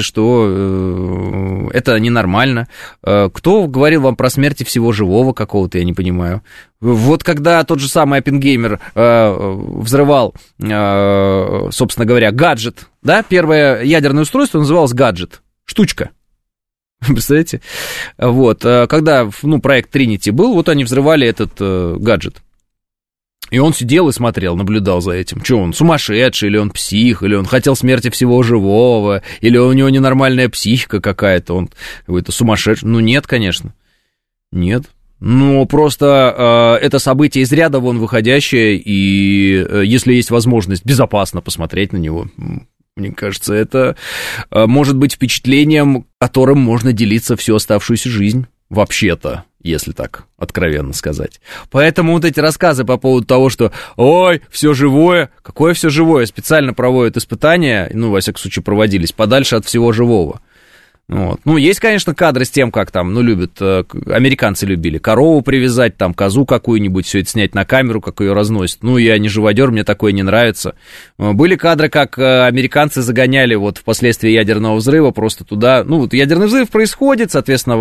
[SPEAKER 2] что это ненормально. Кто говорил вам про смерти всего живого какого-то, я не понимаю. Вот когда тот же самый Оппенгеймер взрывал, собственно говоря, гаджет, да, первое ядерное устройство называлось гаджет, штучка. Представляете? Вот, когда, ну, проект Trinity был, вот они взрывали этот э, гаджет. И он сидел и смотрел, наблюдал за этим. Что он, сумасшедший, или он псих, или он хотел смерти всего живого, или у него ненормальная психика какая-то, он какой-то сумасшедший. Ну, нет, конечно. Нет. Ну, просто э, это событие из ряда вон выходящее, и э, если есть возможность безопасно посмотреть на него... Мне кажется, это может быть впечатлением, которым можно делиться всю оставшуюся жизнь, вообще-то, если так откровенно сказать. Поэтому вот эти рассказы по поводу того, что «Ой, все живое», какое все живое, специально проводят испытания, ну, во всяком случае, проводились, подальше от всего живого. Вот. Ну, есть, конечно, кадры с тем, как там, ну, любят, американцы любили корову привязать, там, козу какую-нибудь, все это снять на камеру, как ее разносят. Ну, я не живодер, мне такое не нравится. Были кадры, как американцы загоняли вот впоследствии ядерного взрыва просто туда, ну, вот ядерный взрыв происходит, соответственно,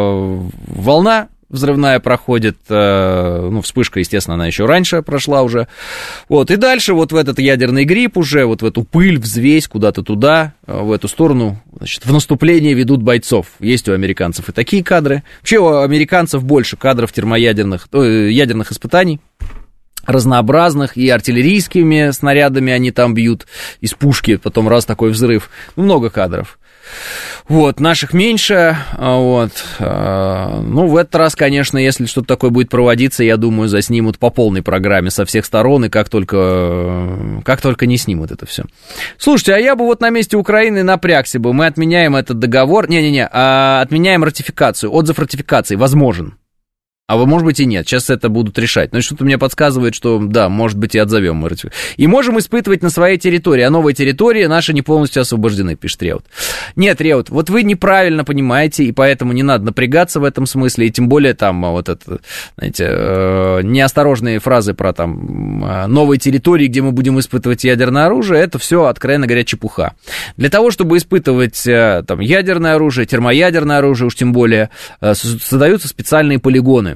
[SPEAKER 2] волна взрывная проходит, ну, вспышка, естественно, она еще раньше прошла уже, вот, и дальше вот в этот ядерный гриб уже, вот в эту пыль, взвесь, куда-то туда, в эту сторону, значит, в наступление ведут бойцов. Есть у американцев и такие кадры. Вообще у американцев больше кадров термоядерных, ядерных испытаний, разнообразных, и артиллерийскими снарядами они там бьют из пушки, потом раз такой взрыв, ну, много кадров. Вот, наших меньше, вот, ну, в этот раз, конечно, если что-то такое будет проводиться, я думаю, заснимут по полной программе со всех сторон, и как только, как только не снимут это все. Слушайте, а я бы вот на месте Украины напрягся бы, мы отменяем этот договор, не-не-не, а отменяем ратификацию, отзыв ратификации возможен. А может быть и нет, сейчас это будут решать. Но что-то мне подсказывает, что да, может быть и отзовем мы. И можем испытывать на своей территории, а новые территории наши не полностью освобождены, пишет Реут. Нет, Реут, вот вы неправильно понимаете, и поэтому не надо напрягаться в этом смысле, и тем более там вот это, знаете, неосторожные фразы про там новые территории, где мы будем испытывать ядерное оружие, это все, откровенно говоря, чепуха. Для того, чтобы испытывать там ядерное оружие, термоядерное оружие, уж тем более, создаются специальные полигоны.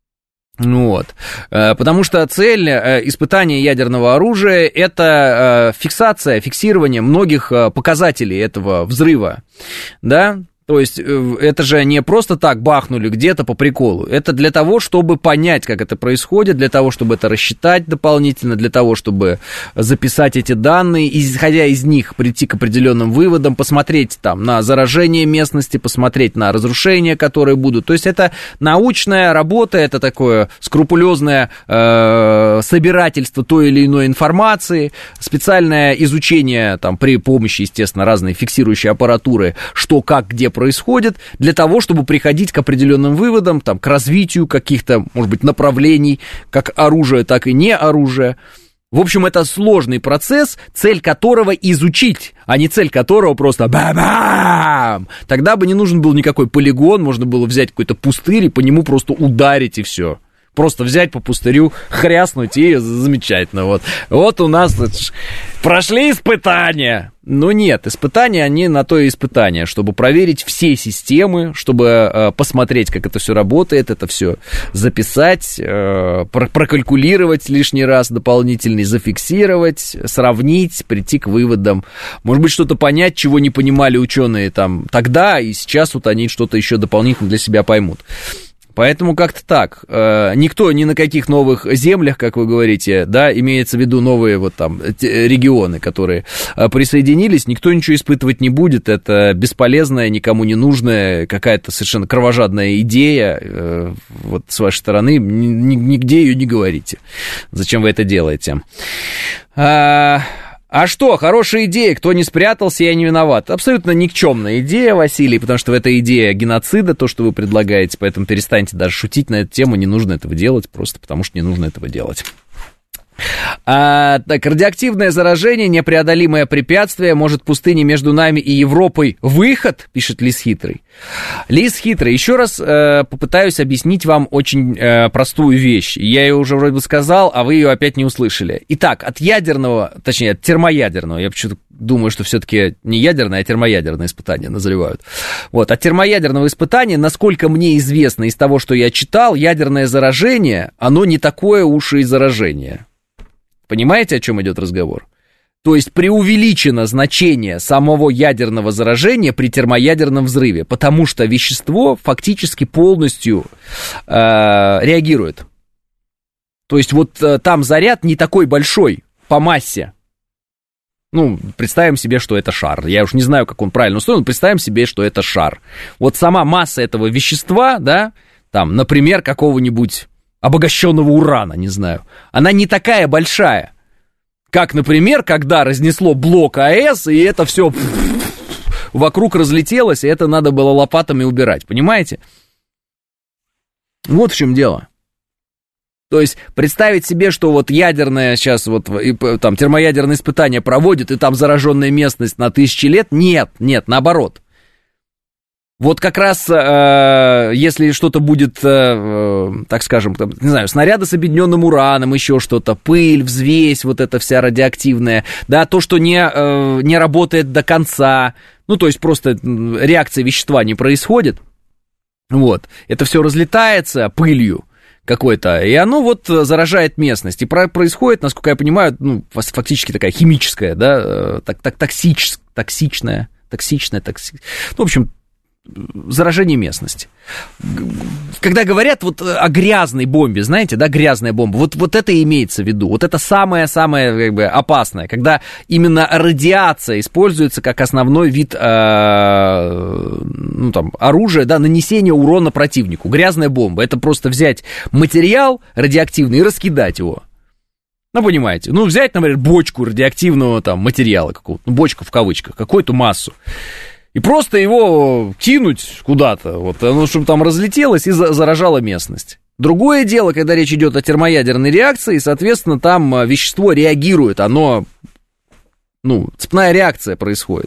[SPEAKER 2] Вот. Потому что цель испытания ядерного оружия – это фиксация, фиксирование многих показателей этого взрыва, да. То есть это же не просто так бахнули где-то по приколу. Это для того, чтобы понять, как это происходит, для того, чтобы это рассчитать дополнительно, для того, чтобы записать эти данные, и, исходя из них, прийти к определенным выводам, посмотреть там на заражение местности, посмотреть на разрушения, которые будут. То есть это научная работа, это такое скрупулезное э, собирательство той или иной информации, специальное изучение там, при помощи, естественно, разной фиксирующей аппаратуры, что, как, где происходит. происходит для того, чтобы приходить к определенным выводам, там, к развитию каких-то, может быть, направлений, как оружия, так и не оружия. В общем, это сложный процесс, цель которого изучить, а не цель которого просто бам-бам. Тогда бы не нужен был никакой полигон, можно было взять какой-то пустырь и по нему просто ударить и все. Просто взять по пустырю, хряснуть и замечательно. Вот, вот у нас прошли испытания. Но нет, испытания, они на то и испытания, чтобы проверить все системы, чтобы э, посмотреть, как это все работает, это все записать, э, про- прокалькулировать лишний раз дополнительный, зафиксировать, сравнить, прийти к выводам. Может быть, что-то понять, чего не понимали ученые там тогда, и сейчас вот они что-то еще дополнительно для себя поймут. Поэтому как-то так. Никто ни на каких новых землях, как вы говорите, да, имеется в виду новые вот там регионы, которые присоединились, никто ничего испытывать не будет. Это бесполезная, никому не нужная, какая-то совершенно кровожадная идея. Вот с вашей стороны нигде ее не говорите. Зачем вы это делаете? А что, хорошая идея, кто не спрятался, я не виноват. Абсолютно никчемная идея, Василий, потому что это идея геноцида, то, что вы предлагаете, поэтому перестаньте даже шутить на эту тему, не нужно этого делать, просто потому что не нужно этого делать. А, так, радиоактивное заражение, непреодолимое препятствие, может пустыне между нами и Европой выход, пишет Лис Хитрый. Лис Хитрый, еще раз э, попытаюсь объяснить вам очень э, простую вещь. Я ее уже вроде бы сказал, а вы ее опять не услышали. Итак, от ядерного, точнее, от термоядерного, я почему-то думаю, что все-таки не ядерное, а термоядерное испытание назревают. Вот, от термоядерного испытания, насколько мне известно из того, что я читал, ядерное заражение, оно не такое уж и заражение. Понимаете, о чем идет разговор? То есть преувеличено значение самого ядерного заражения при термоядерном взрыве, потому что вещество фактически полностью э, реагирует. То есть вот э, там заряд не такой большой по массе. Ну, представим себе, что это шар. Я уж не знаю, как он правильно устроен, но представим себе, что это шар. Вот сама масса этого вещества, да, там, например, какого-нибудь обогащенного урана, не знаю, она не такая большая, как, например, когда разнесло блок АЭС, и это все вокруг разлетелось, и это надо было лопатами убирать, понимаете? Вот в чем дело. То есть представить себе, что вот ядерное сейчас, вот там термоядерное испытание проводит, и там зараженная местность на тысячи лет, нет, нет, наоборот. Вот как раз, э, если что-то будет, э, так скажем, там, не знаю, снаряды с объединенным ураном, еще что-то, пыль, взвесь, вот эта вся радиоактивная, да, то, что не, э, не работает до конца, ну, то есть просто реакция вещества не происходит, вот, это все разлетается пылью какой-то, и оно вот заражает местность, и про- происходит, насколько я понимаю, ну, фактически такая химическая, да, так, так, токсич, токсичная, токсичная, токси... ну, в общем, заражение местности. Когда говорят вот о грязной бомбе, знаете, да, грязная бомба, вот, вот это и имеется в виду, вот это самое-самое как бы опасное, когда именно радиация используется как основной вид э, ну, там, оружия, да, нанесения урона противнику. Грязная бомба, это просто взять материал радиоактивный и раскидать его. Ну, понимаете, ну, взять, например, бочку радиоактивного там материала какого-то, ну, бочку в кавычках, какую-то массу, и просто его кинуть куда-то, вот, оно, чтобы там разлетелось и заражало местность. Другое дело, когда речь идет о термоядерной реакции, соответственно, там вещество реагирует, оно, ну, цепная реакция происходит.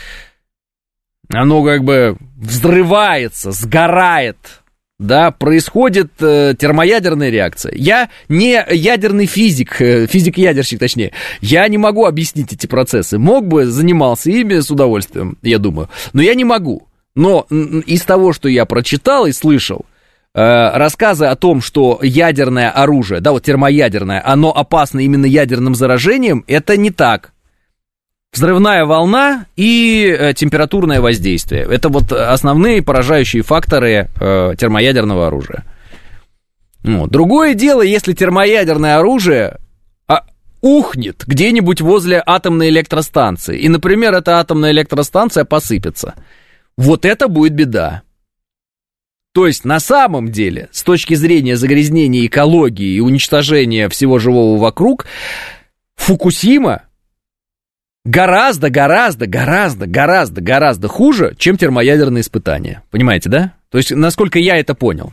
[SPEAKER 2] Оно как бы взрывается, сгорает, да, происходит э, термоядерная реакция. Я не ядерный физик, э, физик-ядерщик точнее, я не могу объяснить эти процессы. Мог бы, занимался ими с удовольствием, я думаю, но я не могу. Но из того, что я прочитал и слышал, рассказы о том, что ядерное оружие, да, вот термоядерное, оно опасно именно ядерным заражением, это не так. Взрывная волна и температурное воздействие. Это вот основные поражающие факторы э, термоядерного оружия. Вот. Другое дело, если термоядерное оружие а, ухнет где-нибудь возле атомной электростанции, и, например, эта атомная электростанция посыпется. Вот это будет беда. То есть, на самом деле, с точки зрения загрязнения экологии и уничтожения всего живого вокруг, Фукусима гораздо, гораздо, гораздо, гораздо, гораздо хуже, чем термоядерные испытания. Понимаете, да? То есть, насколько я это понял.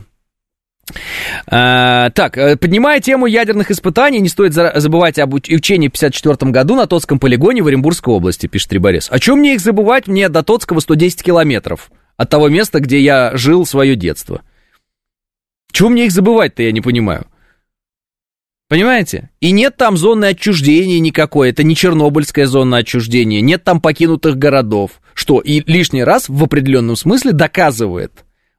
[SPEAKER 2] А, так, поднимая тему ядерных испытаний, не стоит забывать об учении в пятьдесят четвёртом году на Тотском полигоне в Оренбургской области, пишет Триборез. А чем мне их забывать? Мне до Тотского сто десять километров. От того места, где я жил свое детство. Чего мне их забывать-то, я не понимаю. Понимаете? И нет там зоны отчуждения никакой, это не Чернобыльская зона отчуждения, нет там покинутых городов, что и лишний раз в определенном смысле доказывает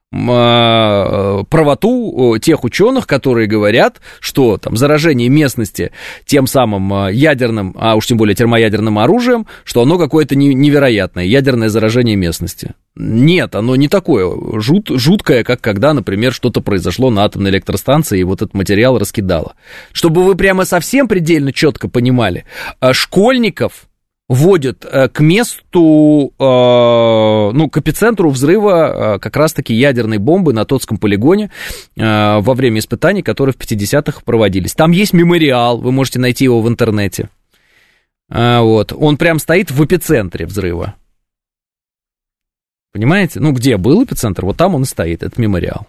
[SPEAKER 2] правоту тех ученых, которые говорят, что там заражение местности тем самым ядерным, а уж тем более термоядерным оружием, что оно какое-то невероятное, ядерное заражение местности. Нет, оно не такое жут, жуткое, как когда, например, что-то произошло на атомной электростанции, и вот этот материал раскидало. Чтобы вы прямо совсем предельно четко понимали, школьников вводят к месту, ну, к эпицентру взрыва как раз-таки ядерной бомбы на Тотском полигоне во время испытаний, которые в пятидесятых проводились. Там есть мемориал, вы можете найти его в интернете. Вот. Он прям стоит в эпицентре взрыва. Понимаете? Ну, где был эпицентр, вот там он и стоит, это мемориал.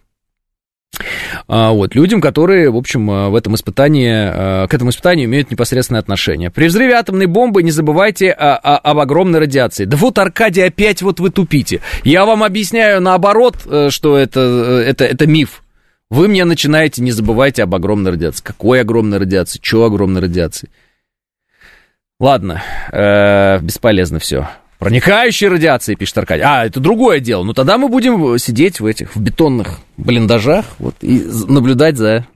[SPEAKER 2] Вот, людям, которые, в общем, в этом испытании, к этому испытанию имеют непосредственное отношение. При взрыве атомной бомбы не забывайте о, о, об огромной радиации. Да вот, Аркадий, опять вот вы тупите. Я вам объясняю наоборот, что это, это, это миф. Вы мне начинаете, не забывайте об огромной радиации. Какой огромной радиации? Чего огромной радиации? Ладно, э, бесполезно все. Проникающей радиации, пишет Аркадий. А, это другое дело. Ну, тогда мы будем сидеть в этих, в бетонных блиндажах, вот, и наблюдать за...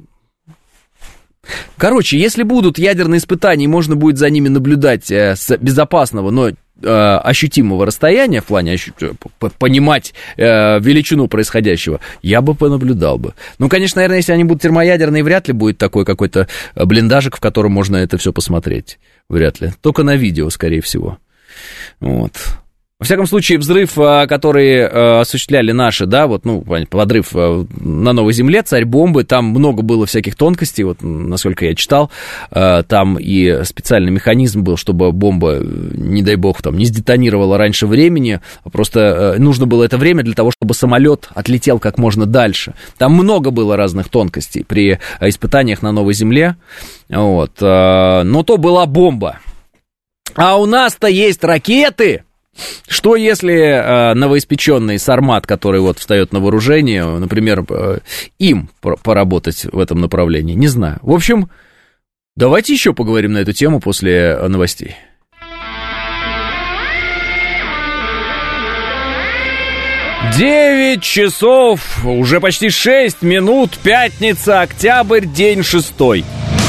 [SPEAKER 2] Короче, если будут ядерные испытания, можно будет за ними наблюдать э, с безопасного, но э, ощутимого расстояния, в плане ощу... понимать э, величину происходящего, я бы понаблюдал бы. Ну, конечно, наверное, если они будут термоядерные, вряд ли будет такой какой-то блиндажик, в котором можно это все посмотреть. Вряд ли. Только на видео, скорее всего. Вот. Во всяком случае, взрыв, который осуществляли наши, да, вот, ну, подрыв на Новой Земле, царь бомбы, там много было всяких тонкостей, вот, насколько я читал, там и специальный механизм был, чтобы бомба, не дай бог, там, не сдетонировала раньше времени, просто нужно было это время для того, чтобы самолет отлетел как можно дальше. Там много было разных тонкостей при испытаниях на Новой Земле, вот, но то была бомба. А у нас-то есть ракеты. Что если э, новоиспеченный Сармат, который вот встает на вооружение, например, э, им поработать в этом направлении? Не знаю. В общем, давайте еще поговорим на эту тему после новостей. Девять часов, уже почти шесть минут, пятница, октябрь, день шестой.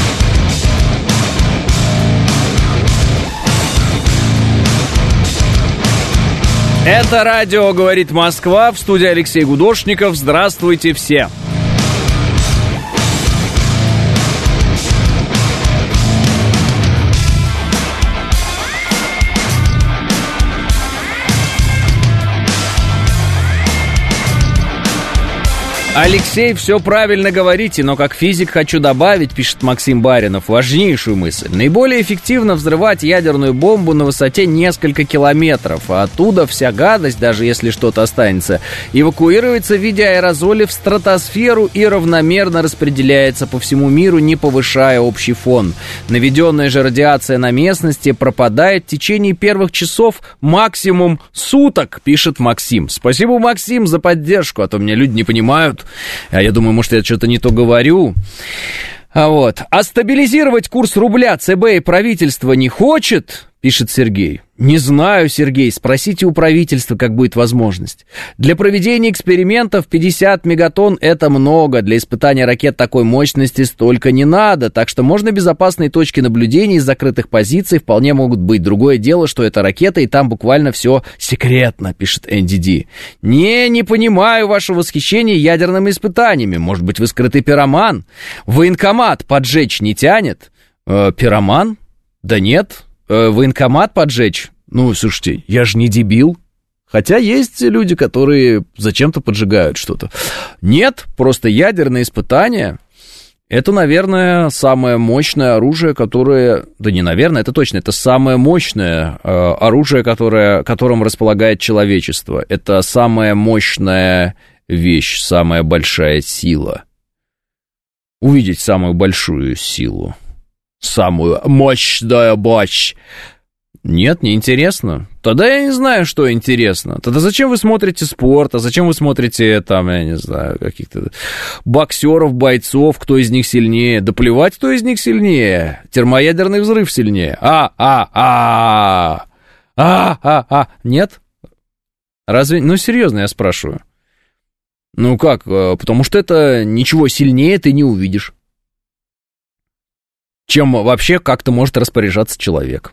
[SPEAKER 2] Это радио «Говорит Москва», в студии Алексей Гудошников. Здравствуйте все! Алексей, все правильно говорите, но как физик хочу добавить, пишет Максим Баринов, важнейшую мысль. Наиболее эффективно взрывать ядерную бомбу на высоте несколько километров, а оттуда вся гадость, даже если что-то останется, эвакуируется в виде аэрозоли в стратосферу и равномерно распределяется по всему миру, не повышая общий фон. Наведенная же радиация на местности пропадает в течение первых часов, максимум суток, пишет Максим. Спасибо, Максим, за поддержку, а то меня люди не понимают. А я думаю, может, я что-то не то говорю. А вот. А стабилизировать курс рубля ЦБ и правительство не хочет, пишет Сергей. Не знаю, Сергей, спросите у правительства, как будет возможность. Для проведения экспериментов пятьдесят мегатонн это много. Для испытания ракет такой мощности столько не надо. Так что можно безопасные точки наблюдения из закрытых позиций вполне могут быть. Другое дело, что это ракета, и там буквально все секретно, пишет эн ди ди. Не, не понимаю вашего восхищения ядерными испытаниями. Может быть, вы скрытый пироман? Военкомат поджечь не тянет? Э, пироман? Да нет. Военкомат поджечь? Ну, слушайте, я же не дебил. Хотя есть люди, которые зачем-то поджигают что-то. Нет, просто ядерные испытания. Это, наверное, самое мощное оружие, которое... Да не, наверное, это точно. Это самое мощное э, оружие, которое, которым располагает человечество. Это самая мощная вещь, самая большая сила. Увидеть самую большую силу. Самую мощную мощь. Нет, не интересно. Тогда я не знаю, что интересно. Тогда зачем вы смотрите спорт, а зачем вы смотрите, там, я не знаю, каких-то боксеров, бойцов, кто из них сильнее? Да плевать, кто из них сильнее. Термоядерный взрыв сильнее. А, а, а, а, а, а, нет? Разве, ну, серьезно, я спрашиваю. Ну как, потому что это ничего сильнее ты не увидишь, чем вообще как-то может распоряжаться человек.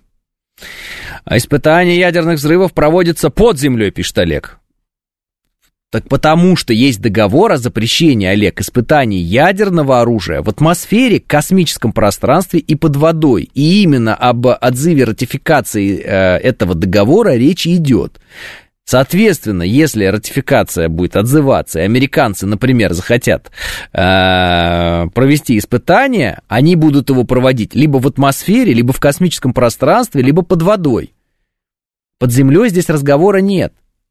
[SPEAKER 2] А испытания ядерных взрывов проводятся под землей, пишет Олег. Так потому что есть договор о запрещении, Олег, испытаний ядерного оружия в атмосфере, космическом пространстве и под водой. И именно об отзыве равификации э, этого договора речь идет. Соответственно, если ратификация будет отзываться, и американцы, например, захотят э, провести испытания, они будут его проводить либо в атмосфере, либо в космическом пространстве, либо под водой. Под землей здесь разговора нет.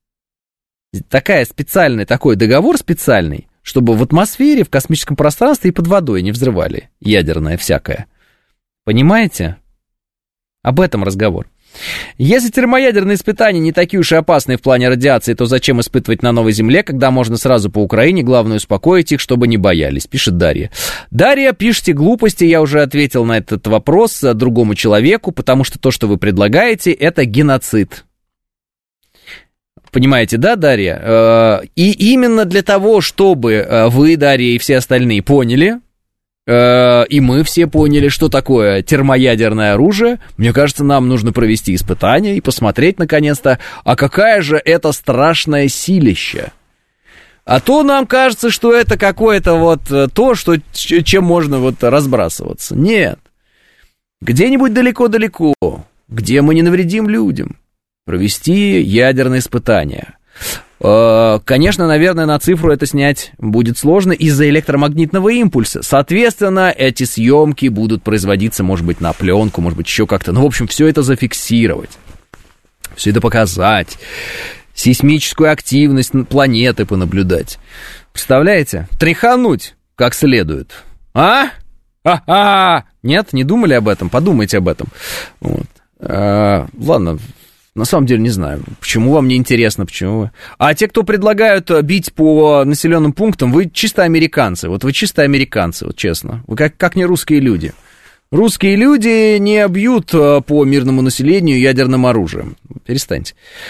[SPEAKER 2] Такая специальный, такой договор специальный, чтобы в атмосфере, в космическом пространстве и под водой не взрывали ядерное всякое. Понимаете? Об этом разговор. Если термоядерные испытания не такие уж и опасные в плане радиации, то зачем испытывать на новой земле, когда можно сразу по Украине, главное успокоить их, чтобы не боялись, пишет Дарья. Дарья, пишите глупости, я уже ответил на этот вопрос другому человеку, потому что то, что вы предлагаете, это геноцид. Понимаете, да, Дарья? И именно для того, чтобы вы, Дарья, и все остальные поняли... И мы все поняли, что такое термоядерное оружие. Мне кажется, нам нужно провести испытания и посмотреть, наконец-то, а какая же это страшное силище. А то нам кажется, что это какое-то вот то, что, чем можно вот разбрасываться. Нет. Где-нибудь далеко-далеко, где мы не навредим людям, провести ядерные испытания. Конечно, наверное, на цифру это снять будет сложно из-за электромагнитного импульса. Соответственно, эти съемки будут производиться, может быть, на пленку, может быть, еще как-то. Ну, в общем, все это зафиксировать, все это показать, сейсмическую активность планеты понаблюдать. Представляете? Тряхануть как следует. А? А-а! Нет, не думали об этом? Подумайте об этом. Вот. А, ладно. На самом деле не знаю, почему вам не интересно, почему вы... А те, кто предлагают бить по населенным пунктам, вы чисто американцы, вот вы чисто американцы, вот честно. Вы как, как не русские люди. Русские люди не бьют по мирному населению ядерным оружием. Перестаньте.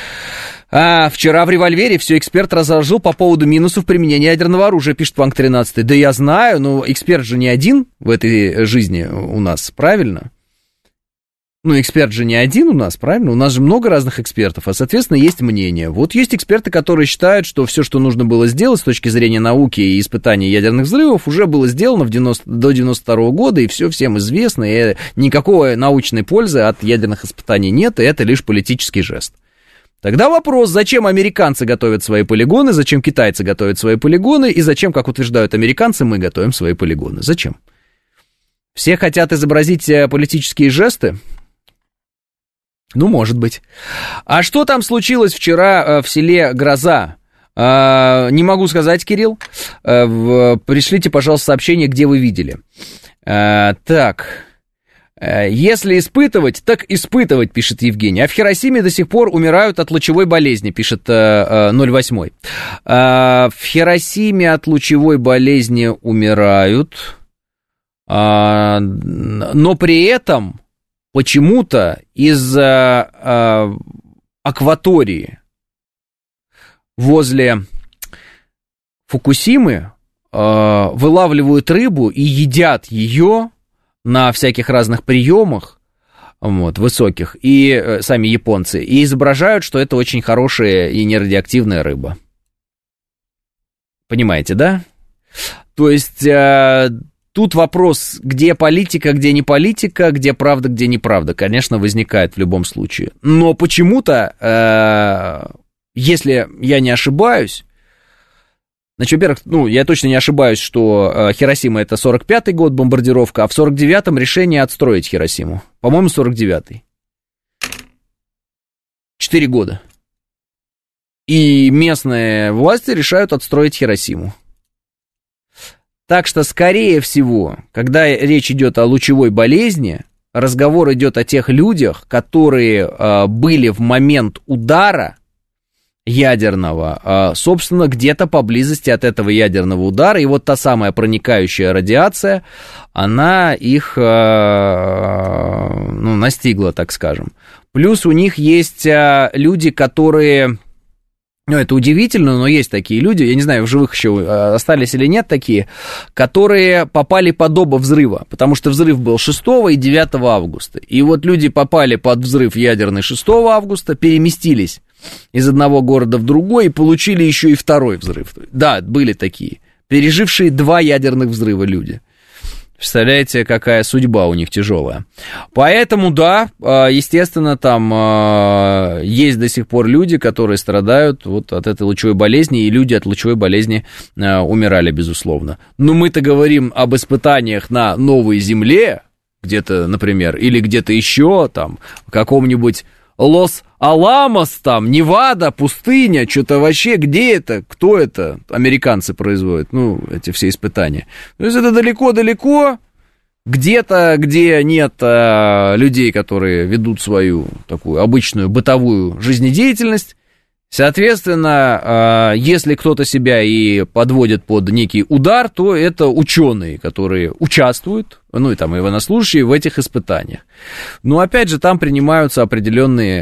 [SPEAKER 2] А вчера в «Револьвере» все эксперт разложил по поводу минусов применения ядерного оружия, пишет Панк тринадцать. Да я знаю, но эксперт же не один в этой жизни у нас, правильно? Ну, эксперт же не один у нас, правильно? У нас же много разных экспертов, а, соответственно, есть мнение. Вот есть эксперты, которые считают, что все, что нужно было сделать с точки зрения науки и испытаний ядерных взрывов, уже было сделано в девяносто, до девяносто второго года, и все всем известно, и никакой научной пользы от ядерных испытаний нет, и это лишь политический жест. Тогда вопрос, зачем американцы готовят свои полигоны, зачем китайцы готовят свои полигоны, и зачем, как утверждают американцы, мы готовим свои полигоны. Зачем? Все хотят изобразить политические жесты? Ну, может быть. А что там случилось вчера в селе Гроза? А, не могу сказать, Кирилл. А, в, пришлите, пожалуйста, сообщение, где вы видели. А, так, если испытывать, так испытывать, пишет Евгений. А в Хиросиме до сих пор умирают от лучевой болезни, пишет а, ноль восемь. А, в Хиросиме от лучевой болезни умирают, а, но при этом почему-то из а, а, акватории возле Фукусимы э, вылавливают рыбу и едят ее на всяких разных приемах, вот, высоких, и э, сами японцы, и изображают, что это очень хорошая и нерадиоактивная рыба. Понимаете, да? То есть э, тут вопрос, где политика, где не политика, где правда, где неправда, конечно, возникает в любом случае. Но почему-то... Э, Если я не ошибаюсь, значит, во-первых, ну, я точно не ошибаюсь, что э, Хиросима это сорок пятый год, бомбардировка, а в сорок девятом решение отстроить Хиросиму. По-моему, сорок девятый. Четыре года. И местные власти решают отстроить Хиросиму. Так что, скорее всего, когда речь идет о лучевой болезни, разговор идет о тех людях, которые э, были в момент удара ядерного, собственно, где-то поблизости от этого ядерного удара, и вот та самая проникающая радиация, она их, ну, настигла, так скажем. Плюс у них есть люди, которые... Ну, это удивительно, но есть такие люди, я не знаю, в живых еще остались или нет такие, которые попали под оба взрыва, потому что взрыв был шестого и девятого августа. И вот люди попали под взрыв ядерный шестого августа, переместились из одного города в другой и получили еще и второй взрыв. Да, были такие, пережившие два ядерных взрыва люди. Представляете, какая судьба у них тяжелая. Поэтому, да, естественно, там есть до сих пор люди, которые страдают вот от этой лучевой болезни, и люди от лучевой болезни умирали, безусловно. Но мы-то говорим об испытаниях на новой земле, где-то, например, или где-то еще, там, в каком-нибудь Лос-Аламос, там, Невада, пустыня, что-то вообще, где это, кто это, американцы производят, ну, эти все испытания. То есть это далеко-далеко, где-то, где нет а, людей, которые ведут свою такую обычную бытовую жизнедеятельность. Соответственно, если кто-то себя и подводит под некий удар, то это ученые, которые участвуют, ну и там и военнослужащие в этих испытаниях. Но опять же, там принимаются определенные,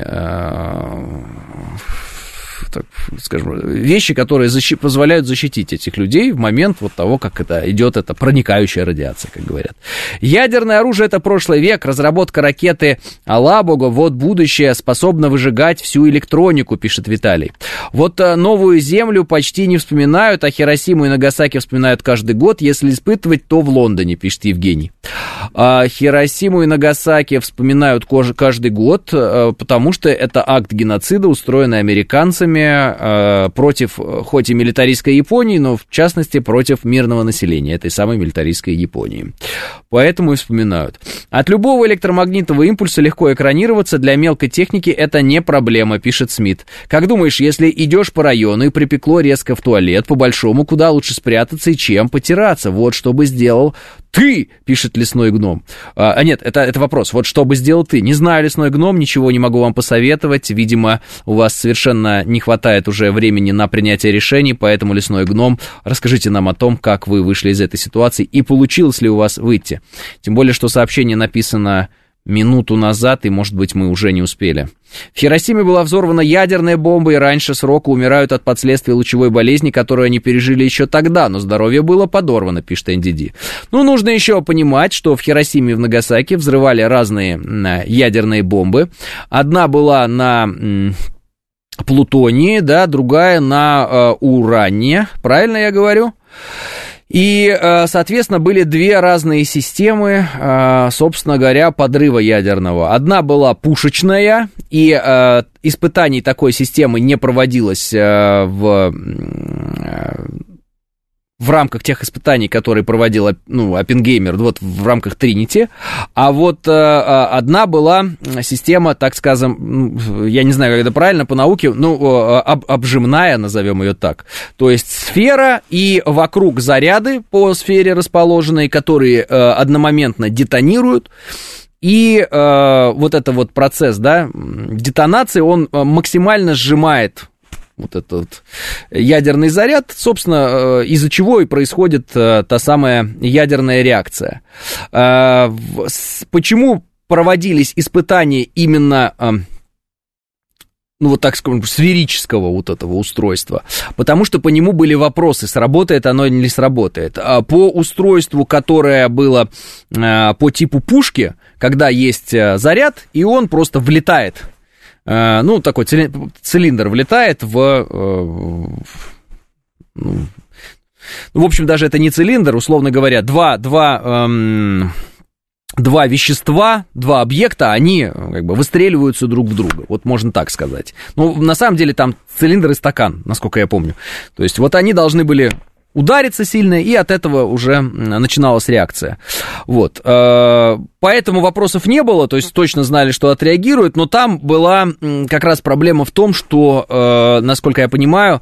[SPEAKER 2] так скажем, вещи, которые защи- позволяют защитить этих людей в момент вот того, как это идет, эта проникающая радиация, как говорят. Ядерное оружие — это прошлый век, разработка ракеты Алабога, вот будущее, способна выжигать всю электронику, пишет Виталий. Вот а, новую землю почти не вспоминают, а Хиросиму и Нагасаки вспоминают каждый год, если испытывать, то в Лондоне, пишет Евгений. А, Хиросиму и Нагасаки вспоминают каждый год, а, потому что это акт геноцида, устроенный американцами против, хоть и милитаристской Японии, но в частности против мирного населения этой самой милитаристской Японии. Поэтому и вспоминают. От любого электромагнитного импульса легко экранироваться, для мелкой техники это не проблема, пишет Смит. Как думаешь, если идешь по району и припекло резко в туалет, по-большому, куда лучше спрятаться и чем потираться? Вот что бы сделал ты, пишет лесной гном. А, а нет, это, это вопрос. Вот что бы сделал ты? Не знаю, лесной гном, ничего не могу вам посоветовать. Видимо, у вас совершенно не хватает уже времени на принятие решений, поэтому, лесной гном, расскажите нам о том, как вы вышли из этой ситуации и получилось ли у вас выйти. Тем более, что сообщение написано минуту назад, и, может быть, мы уже не успели. В Хиросиме была взорвана ядерная бомба, и раньше срока умирают от последствий лучевой болезни, которую они пережили еще тогда, но здоровье было подорвано, пишет эн ди ди. Ну, нужно еще понимать, что в Хиросиме и в Нагасаки взрывали разные ядерные бомбы. Одна была на плутонии, да, другая на э, уране, правильно я говорю? И, соответственно, были две разные системы, собственно говоря, подрыва ядерного. Одна была пушечная, и испытаний такой системы не проводилось в... в рамках тех испытаний, которые проводил, ну, Оппенгеймер, вот в рамках Тринити, а вот э, одна была система, так скажем, я не знаю, как это правильно по науке, ну, об, обжимная, назовем ее так, то есть сфера и вокруг заряды по сфере расположенные, которые э, одномоментно детонируют, и э, вот это вот процесс, да, детонации, он максимально сжимает вот этот вот ядерный заряд, собственно, из-за чего и происходит та самая ядерная реакция. Почему проводились испытания именно, ну, вот так скажем, сферического вот этого устройства? Потому что по нему были вопросы, сработает оно или не сработает. По устройству, которое было по типу пушки, когда есть заряд, и он просто влетает, ну, такой цилиндр влетает в, ну, в общем, даже это не цилиндр, условно говоря, два, два, эм, два вещества, два объекта, они как бы выстреливаются друг в друга, вот можно так сказать. Ну, на самом деле там цилиндр и стакан, насколько я помню. То есть вот они должны были удариться сильно, и от этого уже начиналась реакция. Вот. Поэтому вопросов не было, то есть точно знали, что отреагируют, но там была как раз проблема в том, что, насколько я понимаю,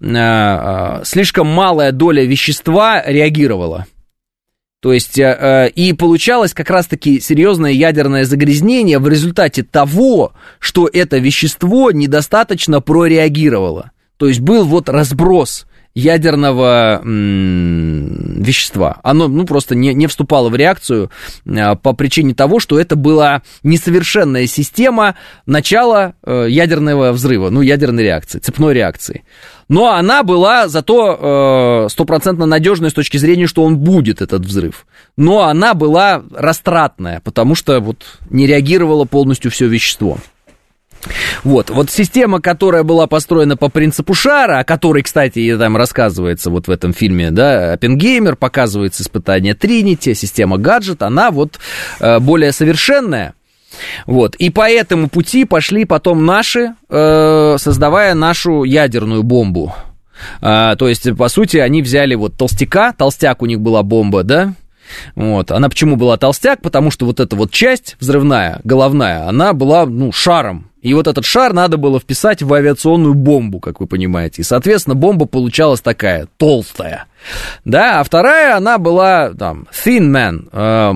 [SPEAKER 2] слишком малая доля вещества реагировала. То есть, и получалось как раз-таки серьезное ядерное загрязнение в результате того, что это вещество недостаточно прореагировало. То есть, был вот разброс ядерного м- вещества. Оно, ну, просто не, не вступало в реакцию а, по причине того, что это была несовершенная система начала э, ядерного взрыва, ну, ядерной реакции, цепной реакции. Но она была зато стопроцентно э, надежной с точки зрения, что он будет, этот взрыв. Но она была растратная, потому что вот не реагировало полностью все вещество. Вот, вот система, которая была построена по принципу шара, о которой, кстати, там рассказывается вот в этом фильме, да, Оппенгеймер, показывается испытание Тринити, система гаджет, она вот э, более совершенная. Вот, и по этому пути пошли потом наши, э, создавая нашу ядерную бомбу. Э, то есть, по сути, они взяли вот толстяка, толстяк у них была бомба, да. Вот, она почему была толстяк? Потому что вот эта вот часть взрывная, головная, она была, ну, шаром. И вот этот шар надо было вписать в авиационную бомбу, как вы понимаете. И, соответственно, бомба получалась такая, толстая. Да, а вторая, она была, там, thin man, э,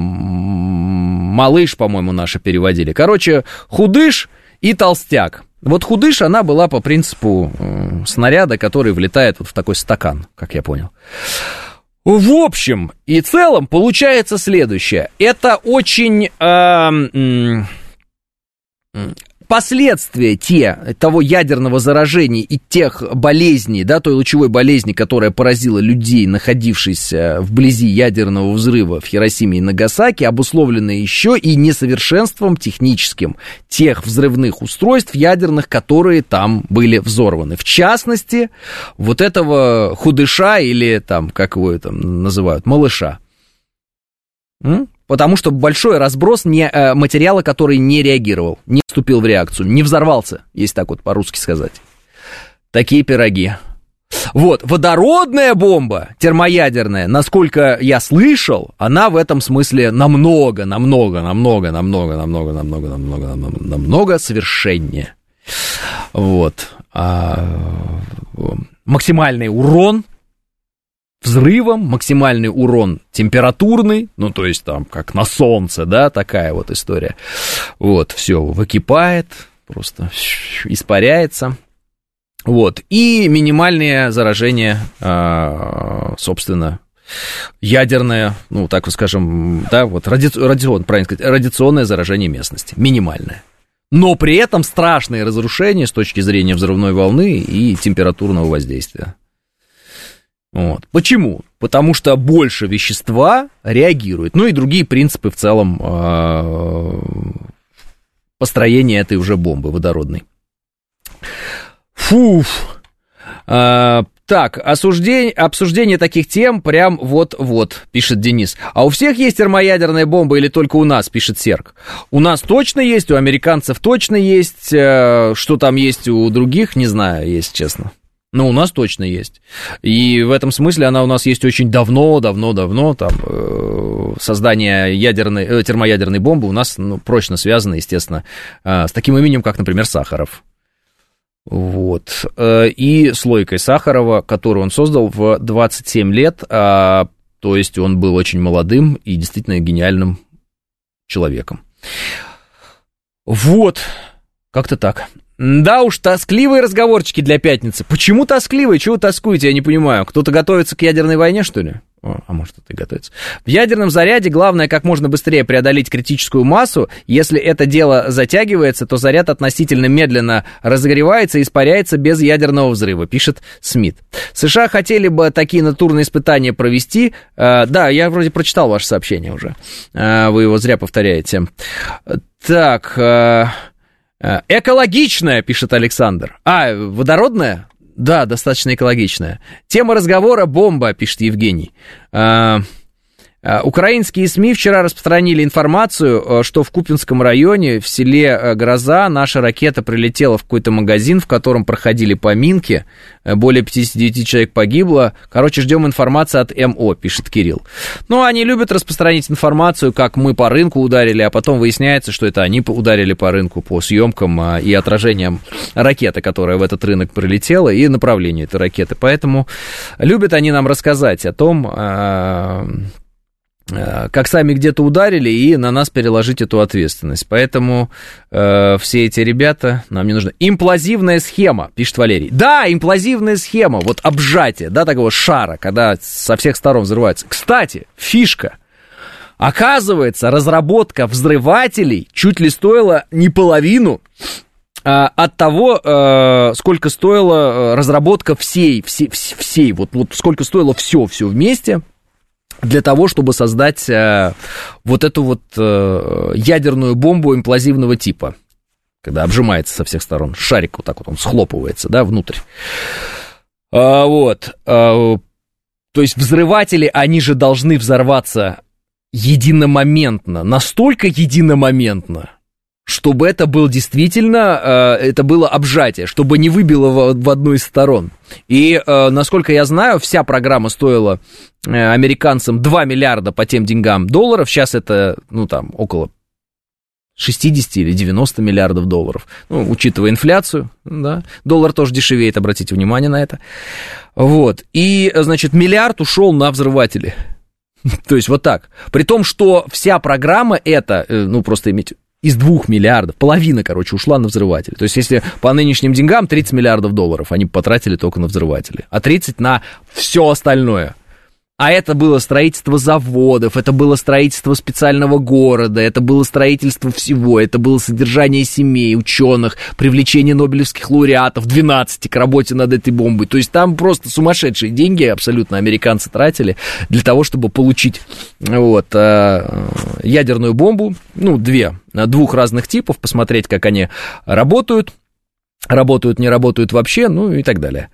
[SPEAKER 2] малыш, по-моему, наши переводили. Короче, худыш и толстяк. Вот худыш, она была по принципу э, снаряда, который влетает вот в такой стакан, как я понял. В общем и целом получается следующее. Это очень... Э, э, Последствия те, того ядерного заражения и тех болезней, да, той лучевой болезни, которая поразила людей, находившихся вблизи ядерного взрыва в Хиросиме и Нагасаки, обусловлены еще и несовершенством техническим тех взрывных устройств ядерных, которые там были взорваны. В частности, вот этого худыша или там, как его там называют, малыша. М? Потому что большой разброс не, э, материала, который не реагировал, не вступил в реакцию, не взорвался, если так вот по-русски сказать. Такие пироги. Вот, водородная бомба, термоядерная, насколько я слышал, она в этом смысле намного, намного, намного, намного, намного, намного, намного, намного, намного совершеннее. Вот. А, максимальный урон взрывом, максимальный урон температурный, ну, то есть там, как на солнце, да, такая вот история. Вот, все выкипает, просто испаряется. Вот, и минимальное заражение, собственно, ядерное, ну, так вот скажем, да, вот, ради... радиационное, правильно сказать, радиационное заражение местности, минимальное. Но при этом страшные разрушения с точки зрения взрывной волны и температурного воздействия. Вот. Почему? Потому что больше вещества реагирует. Ну и другие принципы в целом э, построения этой уже бомбы водородной. Фуф. Э, Так, осуждение, обсуждение таких тем прям вот-вот, пишет Денис. А у всех есть термоядерная бомба или только у нас, пишет Серг? У нас точно есть, у американцев точно есть. Что там есть у других, не знаю, если честно. Но у нас точно есть. И в этом смысле она у нас есть очень давно, давно, давно. Там создание ядерной, термоядерной бомбы у нас ну, прочно связано, естественно, с таким именем, как, например, Сахаров. Вот. И слойкой Сахарова, которую он создал в двадцать семь лет, то есть он был очень молодым и действительно гениальным человеком. Вот, как-то так. Да уж, тоскливые разговорчики для пятницы. Почему тоскливые? Чего вы тоскуете, я не понимаю. Кто-то готовится к ядерной войне, что ли? О, а может, кто-то и готовится. В ядерном заряде главное как можно быстрее преодолеть критическую массу. Если это дело затягивается, то заряд относительно медленно разогревается и испаряется без ядерного взрыва, пишет Смит. США хотели бы такие натурные испытания провести. Э, да, я вроде прочитал ваше сообщение уже. Э, вы его зря повторяете. Так... Э... Экологичная, пишет Александр. А, водородная? Да, достаточно экологичная. Тема разговора — бомба, пишет Евгений. Украинские СМИ вчера распространили информацию, что в Купинском районе, в селе Гроза, наша ракета прилетела в какой-то магазин, в котором проходили поминки. Более пятьдесят девять человек погибло. Короче, ждем информации от МО, пишет Кирилл. Ну, они любят распространить информацию, как мы по рынку ударили, а потом выясняется, что это они ударили по рынку, по съемкам и отражениям ракеты, которая в этот рынок прилетела, и направлению этой ракеты. Поэтому любят они нам рассказать о том... как сами где-то ударили, и на нас переложить эту ответственность. Поэтому э, все эти ребята нам не нужны. Имплозивная схема, пишет Валерий. Да, имплозивная схема, вот обжатие, да, такого шара, когда со всех сторон взрывается. Кстати, фишка. Оказывается, разработка взрывателей чуть ли стоила не половину от того, сколько стоила разработка всей, всей, всей вот, вот сколько стоило все, все вместе, для того, чтобы создать э, вот эту вот э, ядерную бомбу имплозивного типа, когда обжимается со всех сторон, шарик вот так вот он схлопывается, да, внутрь. А, вот. А, то есть взрыватели, они же должны взорваться единомоментно, настолько единомоментно, чтобы это было действительно, это было обжатие, чтобы не выбило в одну из сторон. И, насколько я знаю, вся программа стоила американцам два миллиарда по тем деньгам долларов. Сейчас это, ну, там, около шестьдесят или девяносто миллиардов долларов. Ну, учитывая инфляцию, да. Доллар тоже дешевеет, обратите внимание на это. Вот. И, значит, миллиард ушел на взрыватели. То есть вот так. При том, что вся программа это, ну, просто иметь... из двух миллиардов, половина, короче, ушла на взрыватели. То есть, если по нынешним деньгам тридцать миллиардов долларов они потратили только на взрыватели, а тридцать на все остальное. А это было строительство заводов, это было строительство специального города, это было строительство всего, это было содержание семей, ученых, привлечение нобелевских лауреатов, двенадцати к работе над этой бомбой. То есть там просто сумасшедшие деньги абсолютно американцы тратили для того, чтобы получить вот, ядерную бомбу, ну, две, двух разных типов, посмотреть, как они работают, работают, не работают вообще, ну и так далее.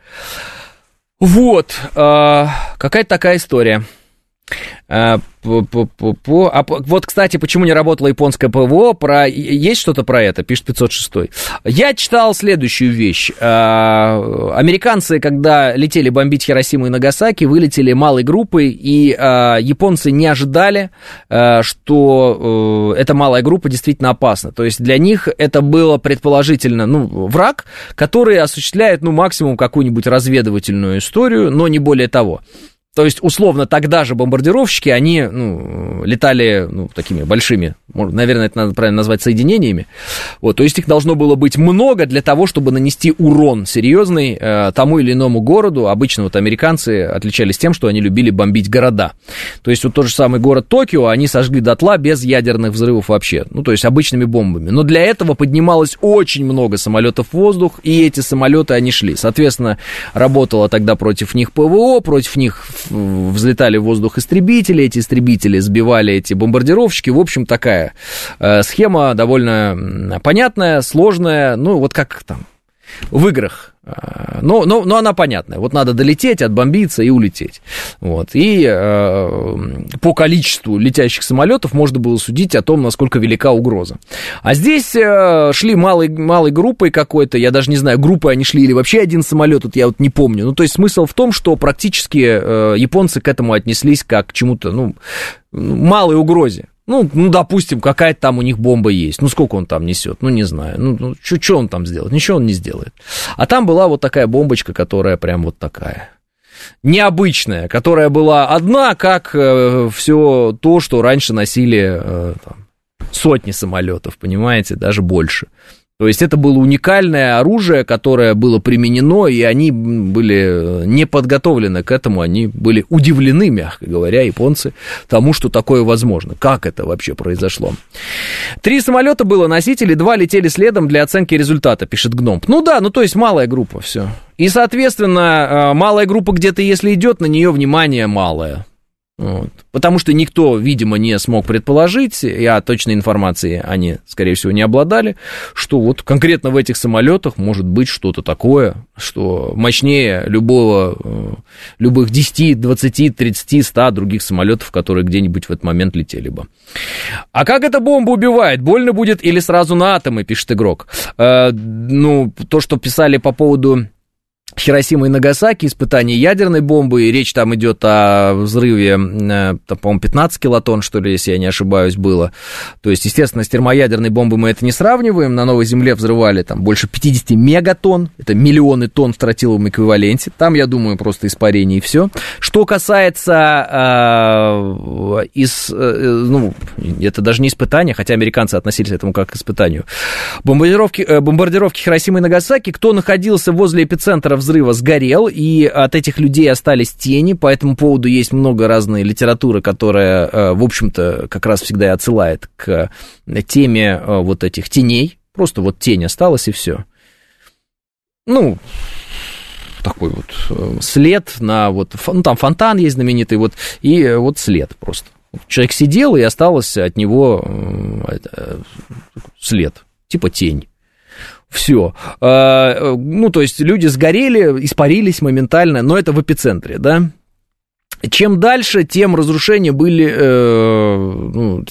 [SPEAKER 2] Вот, э, какая-то такая история. Э, по, по, по, по. А, вот, кстати, почему не работало японское ПВО? Про... Есть что-то про это? Пишет пятьсот шесть. Я читал следующую вещь. Э, американцы, когда летели бомбить Хиросиму и Нагасаки, вылетели малой группой, и э, японцы не ожидали, э, что э, эта малая группа действительно опасна. То есть для них это было предположительно, ну, враг, который осуществляет, ну, максимум какую-нибудь разведывательную историю, но не более того. То есть, условно, тогда же бомбардировщики, они, ну, летали, ну, такими большими, наверное, это надо правильно назвать соединениями. Вот, то есть, их должно было быть много для того, чтобы нанести урон серьезный э, тому или иному городу. Обычно вот американцы отличались тем, что они любили бомбить города. То есть, вот тот же самый город Токио они сожгли дотла без ядерных взрывов вообще. Ну, то есть, обычными бомбами. Но для этого поднималось очень много самолетов в воздух, и эти самолеты, они шли. Соответственно, работало тогда против них ПВО, против них взлетали в воздух истребители, эти истребители сбивали эти бомбардировщики. В общем, такая э, схема довольно понятная, сложная, ну, вот как там в играх.
[SPEAKER 3] Но, но, но она понятная. Вот надо долететь, отбомбиться и улететь. Вот. И э, по количеству летящих самолетов можно было судить о том, насколько велика угроза. А здесь э, шли малой, малой группой какой-то, я даже не знаю, группой они шли или вообще один самолет, вот я вот не помню. Ну, то есть смысл в том, что практически э, японцы к этому отнеслись как к чему-то, ну, малой угрозе. Ну, ну, допустим, какая-то там у них бомба есть. Ну, сколько он там несет? Ну, не знаю. Ну, ну что он там сделает? Ничего он не сделает. А там была вот такая бомбочка, которая прям вот такая. Необычная, которая была одна, как э, все то, что раньше носили э, там, сотни самолетов, понимаете, даже больше. То есть это было уникальное оружие, которое было применено, и они были не подготовлены к этому, они были удивлены, мягко говоря, японцы, тому, что такое возможно. Как это вообще произошло? Три самолета было носителей, два летели следом для оценки результата, пишет Гномп. Ну да, ну то есть малая группа, все. И, соответственно, малая группа где-то, если идет, на нее внимание малое. Вот. Потому что никто, видимо, не смог предположить, и о точной информации они, скорее всего, не обладали, что вот конкретно в этих самолетах может быть что-то такое, что мощнее любого, любых десять, двадцать, тридцать, сто других самолетов, которые где-нибудь в этот момент летели бы. А как эта бомба убивает? Больно будет или сразу на атомы, пишет игрок? Э, ну, то, что писали по поводу Хиросима и Нагасаки, испытание ядерной бомбы, и речь там идет о взрыве, там, по-моему, пятнадцать килотонн, что ли, если я не ошибаюсь, было. То есть, естественно, с термоядерной бомбой мы это не сравниваем, на Новой Земле взрывали там больше пятьдесят мегатонн, это миллионы тонн в тротиловом эквиваленте, там, я думаю, просто испарение и все. Что касается э, из, э, ну, это даже не испытание, хотя американцы относились к этому как к испытанию, бомбардировки, э, бомбардировки Хиросимы и Нагасаки, кто находился возле эпицентра взрыва, сгорел, и от этих людей остались тени, по этому поводу есть много разной литературы, которая, в общем-то, как раз всегда и отсылает к теме вот этих теней, просто вот тень осталась и все. Ну, такой вот след на вот, ну, там фонтан есть знаменитый, вот, и вот след просто. Человек сидел, и осталось от него след, типа тень. Все. Ну, то есть люди сгорели, испарились моментально, но это в эпицентре, да. Чем дальше, тем разрушения были, э, ну,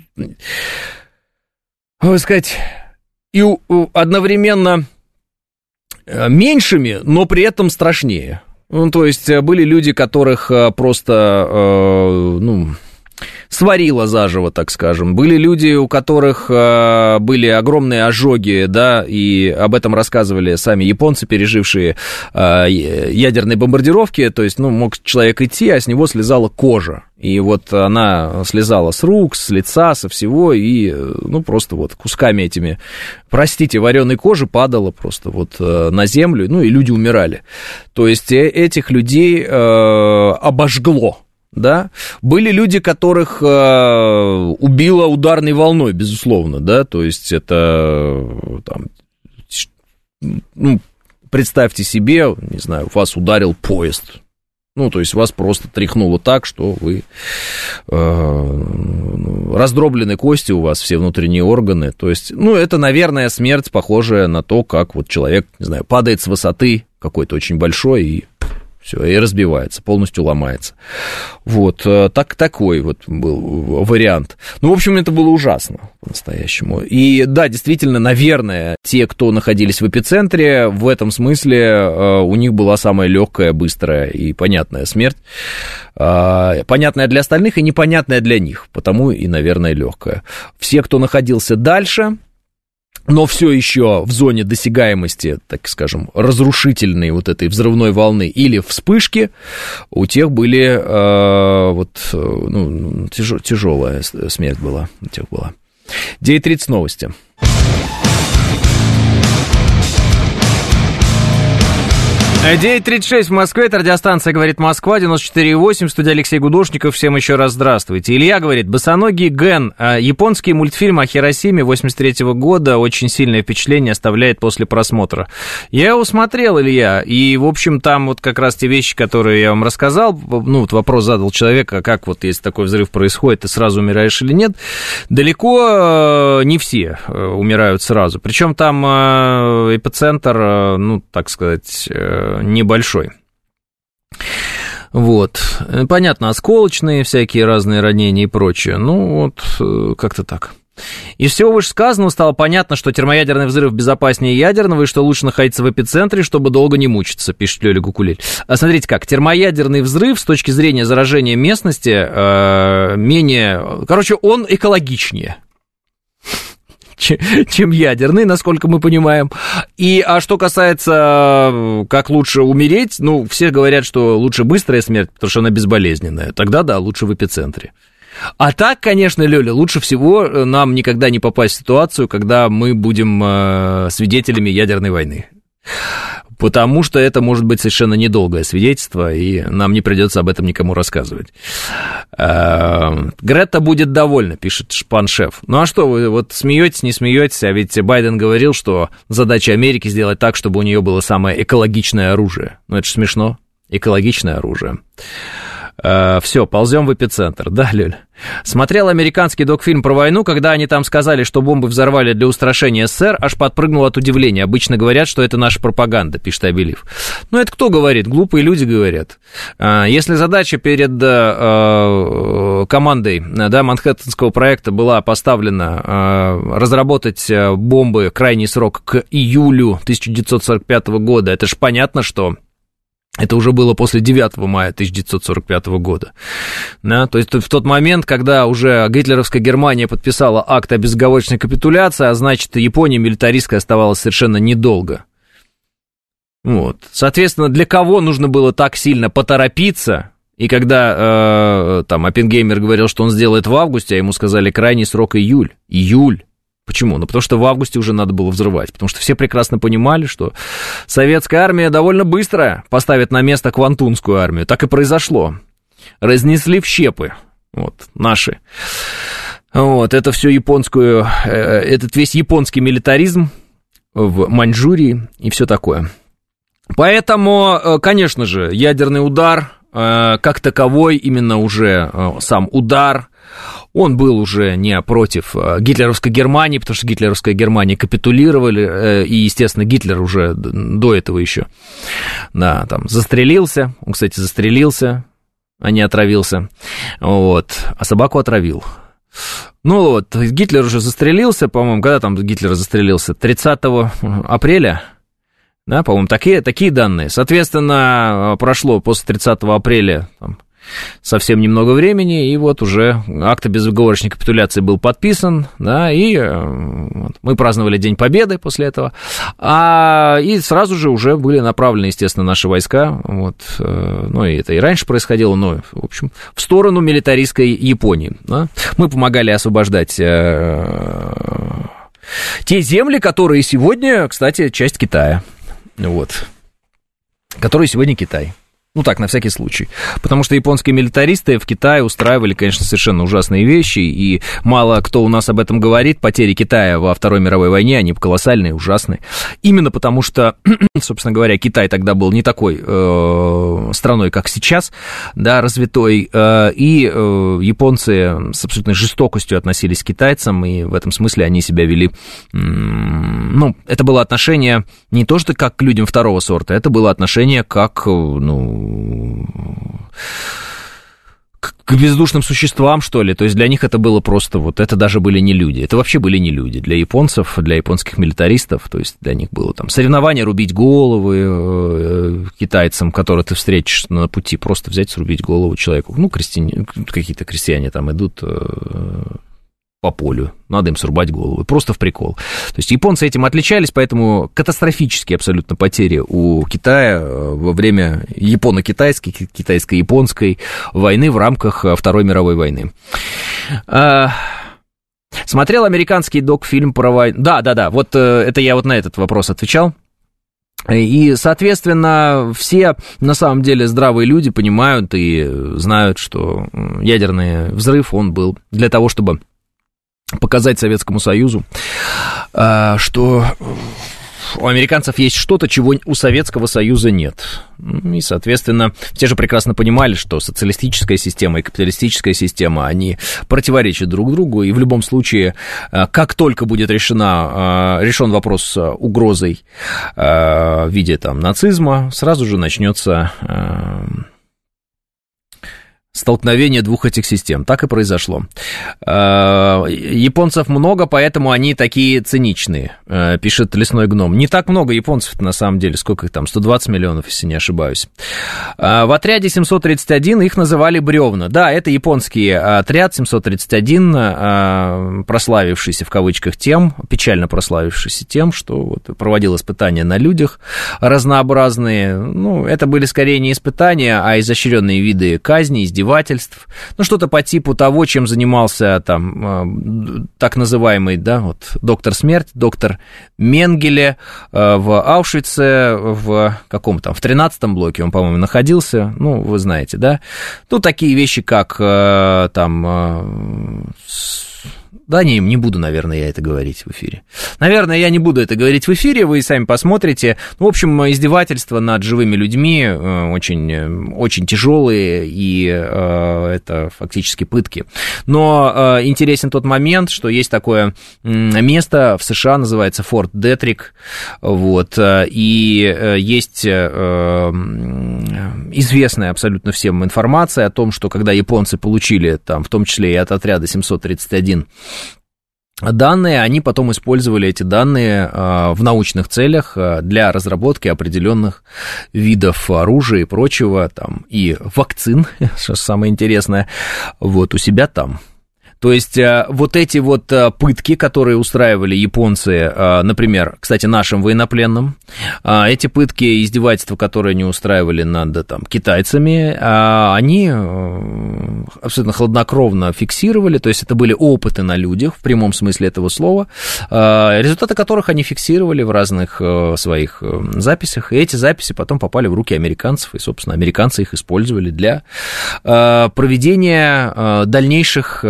[SPEAKER 3] как сказать, и одновременно меньшими, но при этом страшнее. Ну, то есть были люди, которых просто, э, ну... сварило заживо, так скажем. Были люди, у которых э, были огромные ожоги, да, и об этом рассказывали сами японцы, пережившие э, ядерные бомбардировки. То есть, ну, мог человек идти, а с него слезала кожа. И вот она слезала с рук, с лица, со всего, и, ну, просто вот кусками этими, простите, вареной кожи падала просто вот э, на землю, ну, и люди умирали. То есть, э, этих людей э, обожгло. Да, были люди, которых э, убило ударной волной, безусловно, да, то есть это, там, ну, представьте себе, не знаю, вас ударил поезд, ну, то есть вас просто тряхнуло так, что вы, э, раздроблены кости у вас, все внутренние органы, то есть, ну, это, наверное, смерть, похожая на то, как вот человек, не знаю, падает с высоты какой-то очень большой и... все, и разбивается, полностью ломается. Вот, так, такой вот был вариант. Ну, в общем, это было ужасно по-настоящему. И да, действительно, наверное, те, кто находились в эпицентре, в этом смысле у них была самая легкая, быстрая и понятная смерть. Понятная для остальных и непонятная для них, потому и, наверное, легкая. Все, кто находился дальше... но все еще в зоне досягаемости, так скажем, разрушительной вот этой взрывной волны или вспышки, у тех были, э, вот, ну, тяж, тяжелая смерть была, у тех была. девять тридцать новости. девять тридцать шесть в Москве, это радиостанция «Говорит Москва», девяносто четыре и восемь, студия Алексей Гудошников, всем еще раз здравствуйте. Илья говорит, «Босоногий Ген», японский мультфильм о Хиросиме восемьдесят третьего года, очень сильное впечатление оставляет после просмотра. Я его смотрел, Илья, и, в общем, там вот как раз те вещи, которые я вам рассказал, ну, вот вопрос задал человек, а как вот, если такой взрыв происходит, ты сразу умираешь или нет, далеко не все умирают сразу, причем там эпицентр, ну, так сказать, небольшой. Вот. Понятно, осколочные всякие разные ранения и прочее. Ну, вот, как-то так. Из всего вышесказанного стало понятно, что термоядерный взрыв безопаснее ядерного, и что лучше находиться в эпицентре, чтобы долго не мучиться, пишет Лёля Гукулель. А смотрите как, термоядерный взрыв с точки зрения заражения местности э, менее... Короче, он экологичнее, чем ядерный, насколько мы понимаем. И, а что касается, как лучше умереть, ну, все говорят, что лучше быстрая смерть, потому что она безболезненная. Тогда, да, лучше в эпицентре. А так, конечно, Лёля, лучше всего нам никогда не попасть в ситуацию, когда мы будем э, свидетелями ядерной войны. Потому что это может быть совершенно недолгое свидетельство, и нам не придется об этом никому рассказывать. Грета будет довольна, пишет Шпан-шеф. Ну а что, вы вот смеетесь, не смеетесь, а ведь Байден говорил, что задача Америки сделать так, чтобы у нее было самое экологичное оружие. Ну это же смешно, экологичное оружие. Все, ползем в эпицентр, да, Лёль? Смотрел американский докфильм про войну, когда они там сказали, что бомбы взорвали для устрашения СССР, аж подпрыгнул от удивления. Обычно говорят, что это наша пропаганда, пишет Абелив. Ну, это кто говорит? Глупые люди говорят. Если задача перед командой, да, Манхэттенского проекта была поставлена разработать бомбы, крайний срок к июлю тысяча девятьсот сорок пятого года, это ж понятно, что... Это уже было после девятого мая тысяча девятьсот сорок пятого года. Да, то есть в тот момент, когда уже гитлеровская Германия подписала акт о безоговорочной капитуляции, а значит, Япония милитаристской оставалась совершенно недолго. Вот. Соответственно, для кого нужно было так сильно поторопиться? И когда э, там Оппенгеймер говорил, что он сделает в августе, а ему сказали крайний срок июль. Июль. Почему? Ну, потому что в августе уже надо было взрывать, потому что все прекрасно понимали, что советская армия довольно быстро поставит на место Квантунскую армию. Так и произошло. Разнесли в щепы, вот, наши. Вот, это все японскую, этот весь японский милитаризм в Маньчжурии и все такое. Поэтому, конечно же, ядерный удар, как таковой, именно уже сам удар, он был уже не против гитлеровской Германии, потому что гитлеровская Германия капитулировали, и, естественно, Гитлер уже до этого еще, да, там, застрелился, он, кстати, застрелился, а не отравился, вот, а собаку отравил. Ну вот, Гитлер уже застрелился, по-моему, когда там Гитлер застрелился? тридцатого апреля? Да, по-моему, такие, такие данные. Соответственно, прошло после тридцатого апреля там, совсем немного времени, и вот уже акт о безоговорочной капитуляции был подписан, да, и вот, мы праздновали День Победы после этого, а, и сразу же уже были направлены, естественно, наши войска, вот, ну, и это и раньше происходило, но, в общем, в сторону милитаристской Японии, да. Мы помогали освобождать э, те земли, которые сегодня, кстати, часть Китая, вот, которые сегодня Китай. Ну так, на всякий случай. Потому что японские милитаристы в Китае устраивали, конечно, совершенно ужасные вещи, и мало кто у нас об этом говорит. Потери Китая во Второй мировой войне, они колоссальные, ужасные. Именно потому что, собственно говоря, Китай тогда был не такой э, страной, как сейчас, да, развитой, э, и э, японцы с абсолютной жестокостью относились к китайцам, и в этом смысле они себя вели... Э, ну, это было отношение не то что как к людям второго сорта, это было отношение как, ну... к бездушным существам, что ли, то есть для них это было просто, вот это даже были не люди, это вообще были не люди, для японцев, для японских милитаристов, то есть для них было там соревнование рубить головы э, китайцам, которые ты встретишь на пути, просто взять, срубить голову человеку, ну, крестьяне, какие-то крестьяне там идут... Э, по полю, надо им срубать головы, просто в прикол. То есть японцы этим отличались, поэтому катастрофические абсолютно потери у Китая во время японо-китайской, китайско-японской войны в рамках Второй мировой войны. Смотрел американский док-фильм про войну. Да, да, да, вот это я вот на этот вопрос отвечал. И, соответственно, все, на самом деле, здравые люди понимают и знают, что ядерный взрыв, он был для того, чтобы показать Советскому Союзу, что у американцев есть что-то, чего у Советского Союза нет. И, соответственно, все же прекрасно понимали, что социалистическая система и капиталистическая система, они противоречат друг другу, и в любом случае, как только будет решена, решен вопрос с угрозой в виде там, нацизма, сразу же начнется столкновение двух этих систем. Так и произошло. Японцев много, поэтому они такие циничные, пишет Лесной гном. Не так много японцев, на самом деле. Сколько их там? сто двадцать миллионов, если не ошибаюсь. В отряде семьсот тридцать один их называли бревна. Да, это японский отряд семьсот тридцать один, прославившийся в кавычках тем, печально прославившийся тем, что вот проводил испытания на людях разнообразные. Ну, это были скорее не испытания, а изощренные виды казни, издевательств. Ну, что-то по типу того, чем занимался там так называемый, да, вот, доктор смерть, доктор Менгеле в Аушвице, в каком там, в тринадцатом блоке он, по-моему, находился, ну, вы знаете, да. Ну, такие вещи, как там... Да, не, не буду, наверное, я это говорить в эфире. Наверное, я не буду это говорить в эфире, вы сами посмотрите. В общем, издевательства над живыми людьми очень, очень тяжелые, и э, это фактически пытки. Но э, интересен тот момент, что есть такое место в США, называется Форт Детрик, вот, и есть э, известная абсолютно всем информация о том, что когда японцы получили, там, в том числе и от отряда семьсот тридцать один, данные, они потом использовали эти данные в научных целях для разработки определенных видов оружия и прочего, там, и вакцин, что самое интересное, вот у себя там. То есть вот эти вот пытки, которые устраивали японцы, например, кстати, нашим военнопленным, эти пытки и издевательства, которые они устраивали над там, китайцами, они абсолютно хладнокровно фиксировали, то есть это были опыты на людях, в прямом смысле этого слова, результаты которых они фиксировали в разных своих записях, и эти записи потом попали в руки американцев, и, собственно, американцы их использовали для проведения дальнейших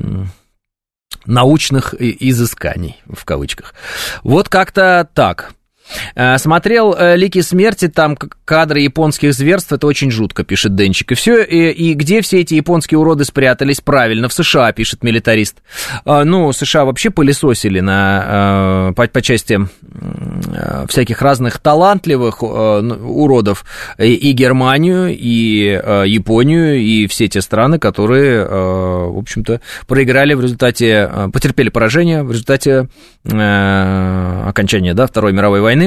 [SPEAKER 3] научных изысканий, в кавычках. Вот как-то так. Смотрел «Лики смерти», там кадры японских зверств, это очень жутко, пишет Денчик. И все, и, и где все эти японские уроды спрятались? Правильно, в США, пишет милитарист. Ну, США вообще пылесосили на, по, по части всяких разных талантливых уродов и Германию, и Японию, и все те страны, которые, в общем-то, проиграли в результате, потерпели поражение в результате окончания, да, Второй мировой войны.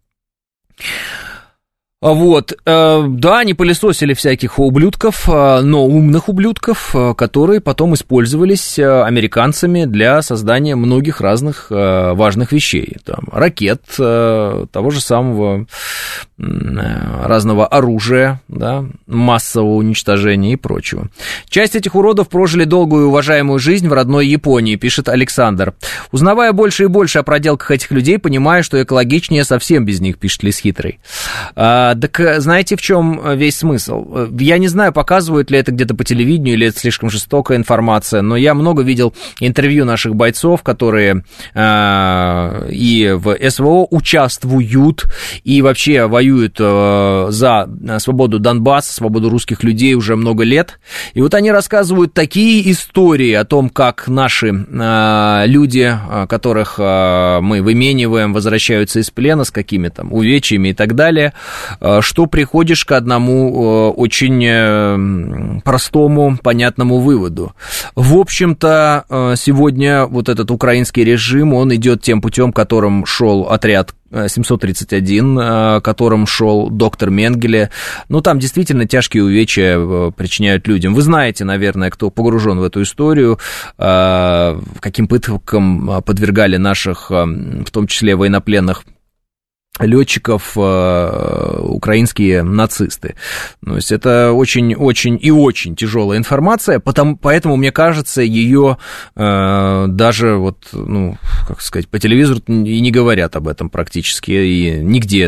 [SPEAKER 3] Вот, да, они пылесосили всяких ублюдков, но умных ублюдков, которые потом использовались американцами для создания многих разных важных вещей. Там, ракет, того же самого разного оружия, да, массового уничтожения и прочего. Часть этих уродов прожили долгую и уважаемую жизнь в родной Японии, пишет Александр. Узнавая больше и больше о проделках этих людей, понимаю, что экологичнее совсем без них, пишет Лис Хитрый. Так знаете, в чем весь смысл? Я не знаю, показывают ли это где-то по телевидению, или это слишком жестокая информация, но я много видел интервью наших бойцов, которые э, и в СВО участвуют, и вообще воюют э, за свободу Донбасса, свободу русских людей уже много лет. И вот они рассказывают такие истории о том, как наши э, люди, которых э, мы вымениваем, возвращаются из плена с какими-то увечьями и так далее, что приходишь к одному очень простому, понятному выводу. В общем-то, сегодня вот этот украинский режим, он идет тем путем, которым шел отряд семьсот тридцать один, которым шел доктор Менгеле. Ну, там действительно тяжкие увечья причиняют людям. Вы знаете, наверное, кто погружен в эту историю, каким пыткам подвергали наших, в том числе военнопленных, летчиков э, украинские нацисты. То есть это очень-очень и очень тяжелая информация, потому, поэтому, мне кажется, ее э, даже вот, ну, как сказать, по телевизору и не говорят об этом практически, и нигде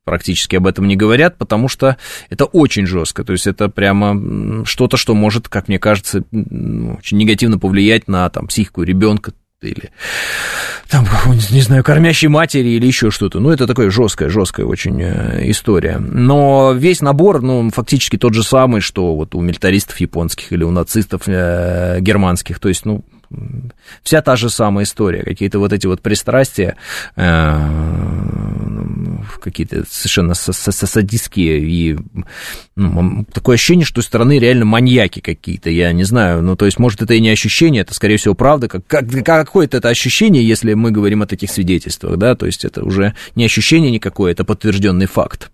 [SPEAKER 3] практически об этом не говорят, потому что это очень жестко, то есть это прямо что-то, что может, как мне кажется, очень негативно повлиять на там, психику ребенка или, там, не знаю, кормящей матери или еще что-то. Ну, это такая жесткая, жесткая очень история. Но весь набор, ну, фактически тот же самый, что вот у милитаристов японских или у нацистов э, германских, то есть, ну, вся та же самая история, какие-то вот эти вот пристрастия, э, какие-то совершенно садистские, и ну, такое ощущение, что со стороны реально маньяки какие-то, я не знаю, ну, то есть, может, это и не ощущение, это, скорее всего, правда, как, как, какое-то это ощущение, если мы говорим о таких свидетельствах, да, то есть, это уже не ощущение никакое, это подтвержденный факт.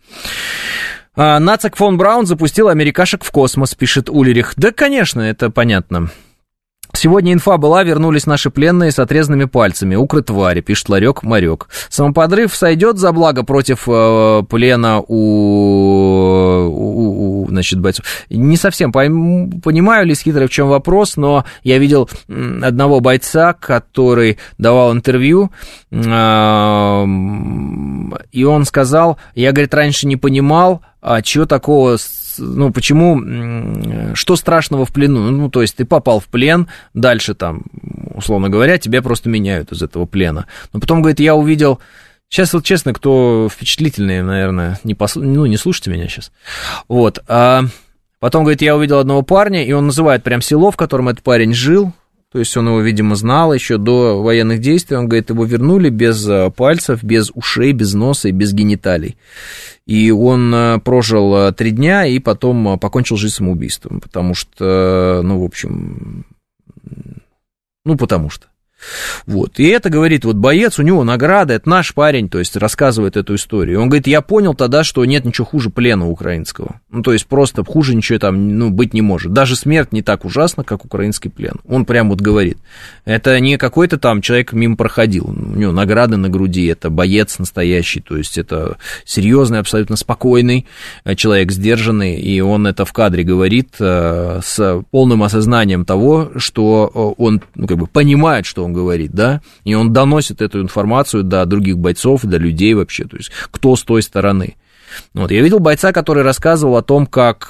[SPEAKER 3] Нацик фон Браун запустил америкашек в космос, пишет Ульрих. Да, конечно, это понятно. Сегодня инфа была, вернулись наши пленные с отрезанными пальцами. Укры твари, пишет Ларек Марек. Самоподрыв сойдет за благо против э, плена у, у, у значит, бойцов? Не совсем пойм, понимаю, Лис Хитрый, в чем вопрос, но я видел одного бойца, который давал интервью, э, и он сказал, я, говорит, раньше не понимал, а чего такого... Ну, почему, что страшного в плену? Ну, то есть ты попал в плен, дальше там, условно говоря, тебя просто меняют из этого плена. Но потом, говорит, я увидел... Сейчас вот честно, кто впечатлительный, наверное, не, пос... ну, не слушайте меня сейчас. Вот. А потом, говорит, я увидел одного парня, и он называет прям село, в котором этот парень жил. То есть он его, видимо, знал еще до военных действий. Он говорит, его вернули без пальцев, без ушей, без носа и без гениталий. И он прожил три дня и потом покончил жизнь самоубийством. Потому что, ну, в общем, ну, потому что. Вот, и это, говорит, вот боец, у него награда, это наш парень, то есть рассказывает эту историю. И он говорит, я понял тогда, что нет ничего хуже плена украинского. Ну, то есть просто хуже ничего там, ну, быть не может. Даже смерть не так ужасна, как украинский плен. Он прям вот говорит. Это не какой-то там человек мимо проходил. У него награды на груди, это боец настоящий, то есть это серьезный, абсолютно спокойный человек, сдержанный, и он это в кадре говорит с полным осознанием того, что он, ну, как бы понимает, что он говорит, да, и он доносит эту информацию до других бойцов, до людей вообще, то есть кто с той стороны. Вот, я видел бойца, который рассказывал о том, как,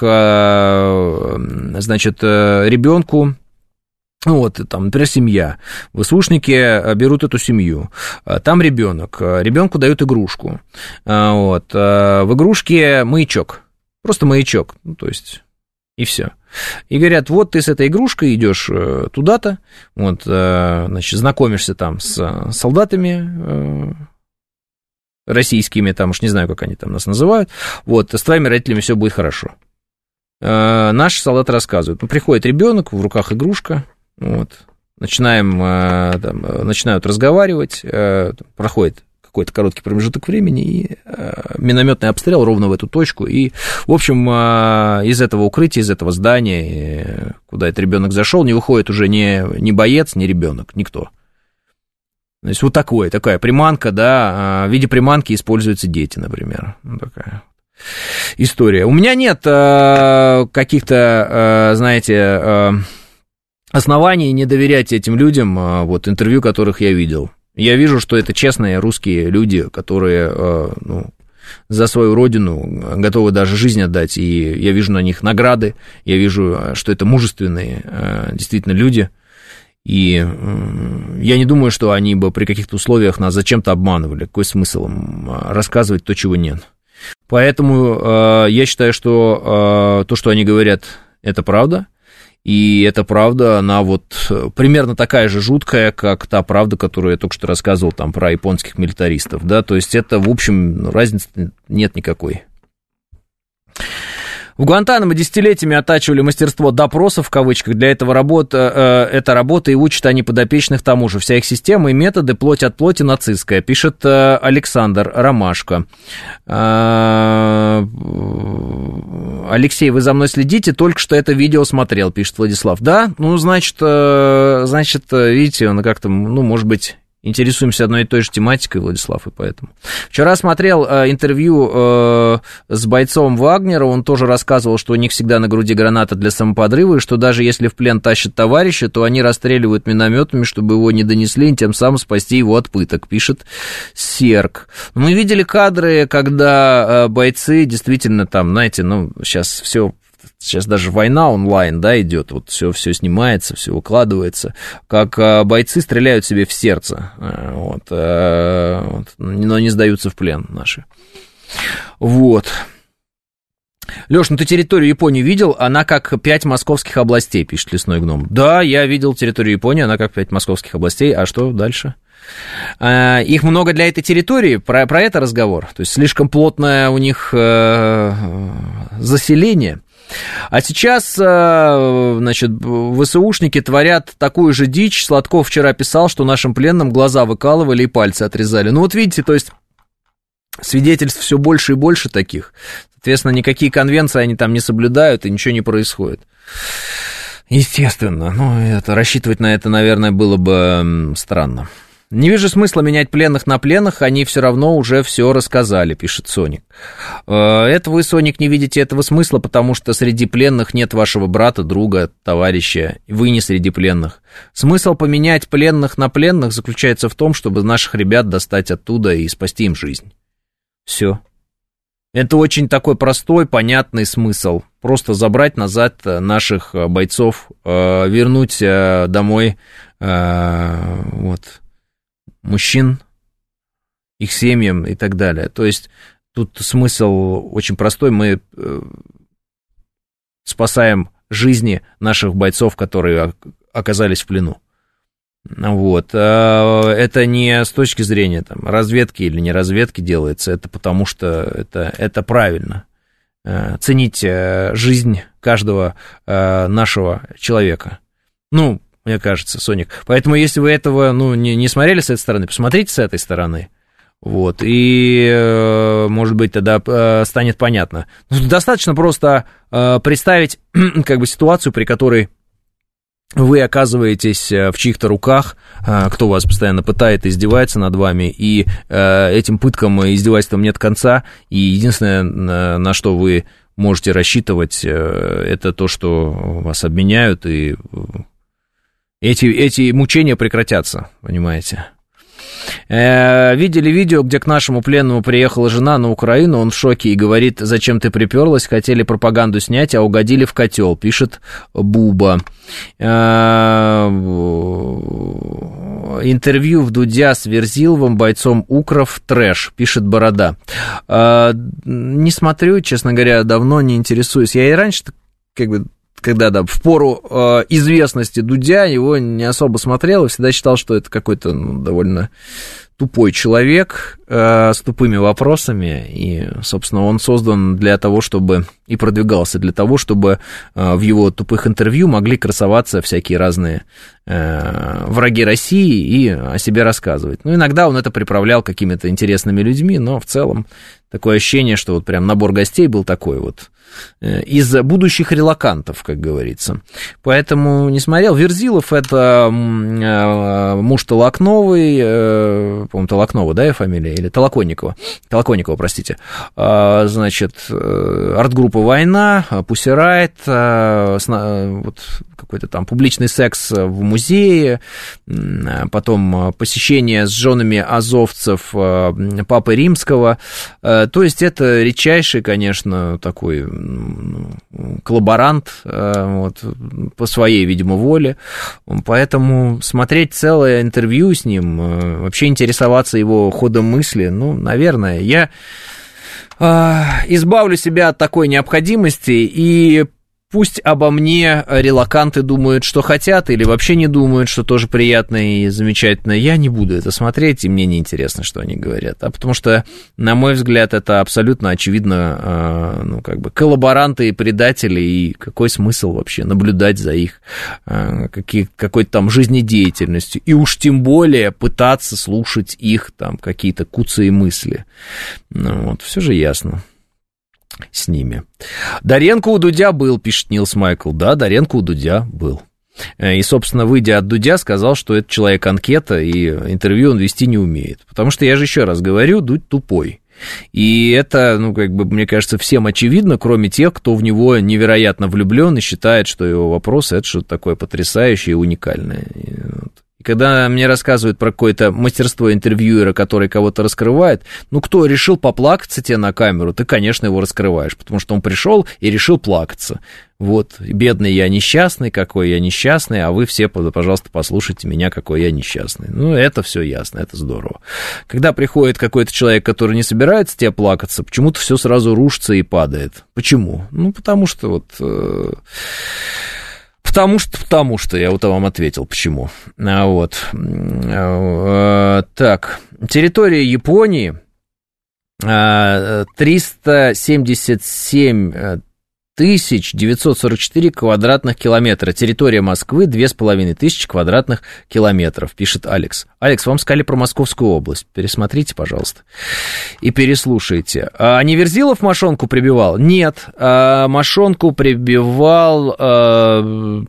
[SPEAKER 3] значит, ребенку, ну вот, там, например, семья, ВСУшники берут эту семью, там ребенок, ребенку дают игрушку, вот, в игрушке маячок, просто маячок, ну, то есть, и все. И говорят, вот ты с этой игрушкой идешь туда-то, вот, значит, знакомишься там с солдатами российскими, там уж не знаю, как они там нас называют, вот, с твоими родителями все будет хорошо. Наши солдаты рассказывают, ну, приходит ребенок, в руках игрушка, вот, начинаем, там, начинают разговаривать, проходит какой-то короткий промежуток времени, и э, минометный обстрел ровно в эту точку, и, в общем, э, из этого укрытия, из этого здания, э, куда этот ребенок зашел, не выходит уже ни, ни боец, ни ребенок, никто. То есть вот такое, такая приманка, да, в виде приманки используются дети, например, вот такая история. У меня нет э, каких-то, э, знаете, э, оснований не доверять этим людям, э, вот интервью которых я видел. Я вижу, что это честные русские люди, которые, ну, за свою родину готовы даже жизнь отдать, и я вижу на них награды, я вижу, что это мужественные действительно люди, и я не думаю, что они бы при каких-то условиях нас зачем-то обманывали, какой смысл им рассказывать то, чего нет. Поэтому я считаю, что то, что они говорят, это правда. И эта правда, она вот примерно такая же жуткая, как та правда, которую я только что рассказывал там про японских милитаристов, да, то есть это, в общем, разницы нет никакой. В Гуантанамо десятилетиями оттачивали мастерство допросов, в кавычках, для этого работа, э, эта работа, и учат они подопечных тому же. Вся их система и методы плоть от плоти нацистская, пишет э, Александр Ромашко. Э, Алексей, вы за мной следите, только что это видео смотрел, пишет Владислав. Да, ну, значит, э, значит, видите, он как-то, ну, может быть, интересуемся одной и той же тематикой, Владислав, и поэтому. Вчера смотрел э, интервью э, с бойцом Вагнера, он тоже рассказывал, что у них всегда на груди граната для самоподрыва, и что даже если в плен тащат товарища, то они расстреливают минометами, чтобы его не донесли, и тем самым спасти его от пыток, пишет Серк. Мы видели кадры, когда э, бойцы действительно там, знаете, ну, сейчас все... Сейчас даже война онлайн, да, идет, вот все, все снимается, все выкладывается, как а, бойцы стреляют себе в сердце, вот, а, вот, но не сдаются в плен наши. Вот. Лёш, ну ты территорию Японии видел? Она как пять московских областей, пишет Лесной гном. Да, я видел территорию Японии, она как пять московских областей, а что дальше? А, их много для этой территории, про, про это разговор, то есть слишком плотное у них э, заселение. А сейчас, значит, ВСУшники творят такую же дичь. Сладков вчера писал, что нашим пленным глаза выкалывали и пальцы отрезали. Ну вот видите, то есть свидетельств все больше и больше таких. Соответственно, никакие конвенции они там не соблюдают, и ничего не происходит. Естественно, ну это, рассчитывать на это, наверное, было бы странно. Не вижу смысла менять пленных на пленных, они все равно уже все рассказали, пишет Соник. Это вы, Соник, не видите этого смысла, потому что среди пленных нет вашего брата, друга, товарища, вы не среди пленных. Смысл поменять пленных на пленных заключается в том, чтобы наших ребят достать оттуда и спасти им жизнь. Все. Это очень такой простой, понятный смысл. Просто забрать назад наших бойцов, вернуть домой, вот, мужчин, их семьям и так далее. То есть тут смысл очень простой. Мы спасаем жизни наших бойцов, которые оказались в плену. Вот. Это не с точки зрения там, разведки или не разведки делается, это потому что это, это правильно. Ценить жизнь каждого нашего человека. Ну, мне кажется, Соник. Поэтому, если вы этого, ну, не, не смотрели с этой стороны, посмотрите с этой стороны. Вот, и, может быть, тогда станет понятно. Достаточно просто представить, как бы, ситуацию, при которой вы оказываетесь в чьих-то руках, кто вас постоянно пытает и издевается над вами, и этим пыткам и издевательствам нет конца, и единственное, на что вы можете рассчитывать, это то, что вас обменяют, и эти, эти мучения прекратятся, понимаете. Э, видели видео, где к нашему пленному приехала жена на Украину, он в шоке и говорит, зачем ты приперлась, хотели пропаганду снять, а угодили в котел, пишет Буба. Э, интервью в Дудя с Верзиловым, бойцом Укров, трэш, пишет Борода. Э, не смотрю, честно говоря, давно не интересуюсь. Я и раньше, как бы, когда, да, в пору э, известности Дудя его не особо смотрел, и всегда считал, что это какой-то, ну, довольно тупой человек э, с тупыми вопросами, и, собственно, он создан для того, чтобы, и продвигался для того, чтобы э, в его тупых интервью могли красоваться всякие разные э, враги России и о себе рассказывать. Ну, иногда он это приправлял какими-то интересными людьми, но в целом такое ощущение, что вот прям набор гостей был такой вот, из будущих релокантов, как говорится. Поэтому не смотрел. Верзилов — это муж Толокновой, по-моему, Толокнова, да, и фамилия? Или Толоконникова? Толоконникова, простите. Значит, арт-группа «Война», Pussy Riot, вот какой-то там публичный секс в музее, потом посещение с женами азовцев Папы Римского. То есть это редчайший, конечно, такой коллаборант, вот, по своей, видимо, воле. Поэтому смотреть целое интервью с ним, вообще интересоваться его ходом мысли, ну, наверное, я избавлю себя от такой необходимости, и пусть обо мне релоканты думают, что хотят, или вообще не думают, что тоже приятно и замечательно. Я не буду это смотреть, и мне не интересно, что они говорят. А потому что, на мой взгляд, это абсолютно очевидно, ну, как бы, коллаборанты и предатели, и какой смысл вообще наблюдать за их какие, какой-то там жизнедеятельностью, и уж тем более пытаться слушать их там какие-то куцые мысли. Ну, вот, все же ясно с ними. Доренко у Дудя был, пишет Нилс Майкл. Да, Доренко у Дудя был. И, собственно, выйдя от Дудя, сказал, что это человек анкета, и интервью он вести не умеет. Потому что, я же еще раз говорю, Дудь тупой. И это, ну, как бы, мне кажется, всем очевидно, кроме тех, кто в него невероятно влюблен и считает, что его вопросы — это что-то такое потрясающее и уникальное. И когда мне рассказывают про какое-то мастерство интервьюера, который кого-то раскрывает, ну, кто решил поплакаться тебе на камеру, ты, конечно, его раскрываешь, потому что он пришел и решил плакаться. Вот, бедный я несчастный, какой я несчастный, а вы все, пожалуйста, послушайте меня, какой я несчастный. Ну, это все ясно, это здорово. Когда приходит какой-то человек, который не собирается тебе плакаться, почему-то все сразу рушится и падает. Почему? Ну, потому что вот... Э- Потому что, потому что, я вот вам ответил, почему. А вот. Так, территория Японии триста семьдесят семь тысяч девятьсот сорок четыре квадратных километра. Территория Москвы две с половиной тысячи квадратных километров, пишет Алекс. Алекс, вам сказали про Московскую область. Пересмотрите, пожалуйста, и переслушайте. А не Верзилов мошонку прибивал? Нет, а мошонку прибивал... А...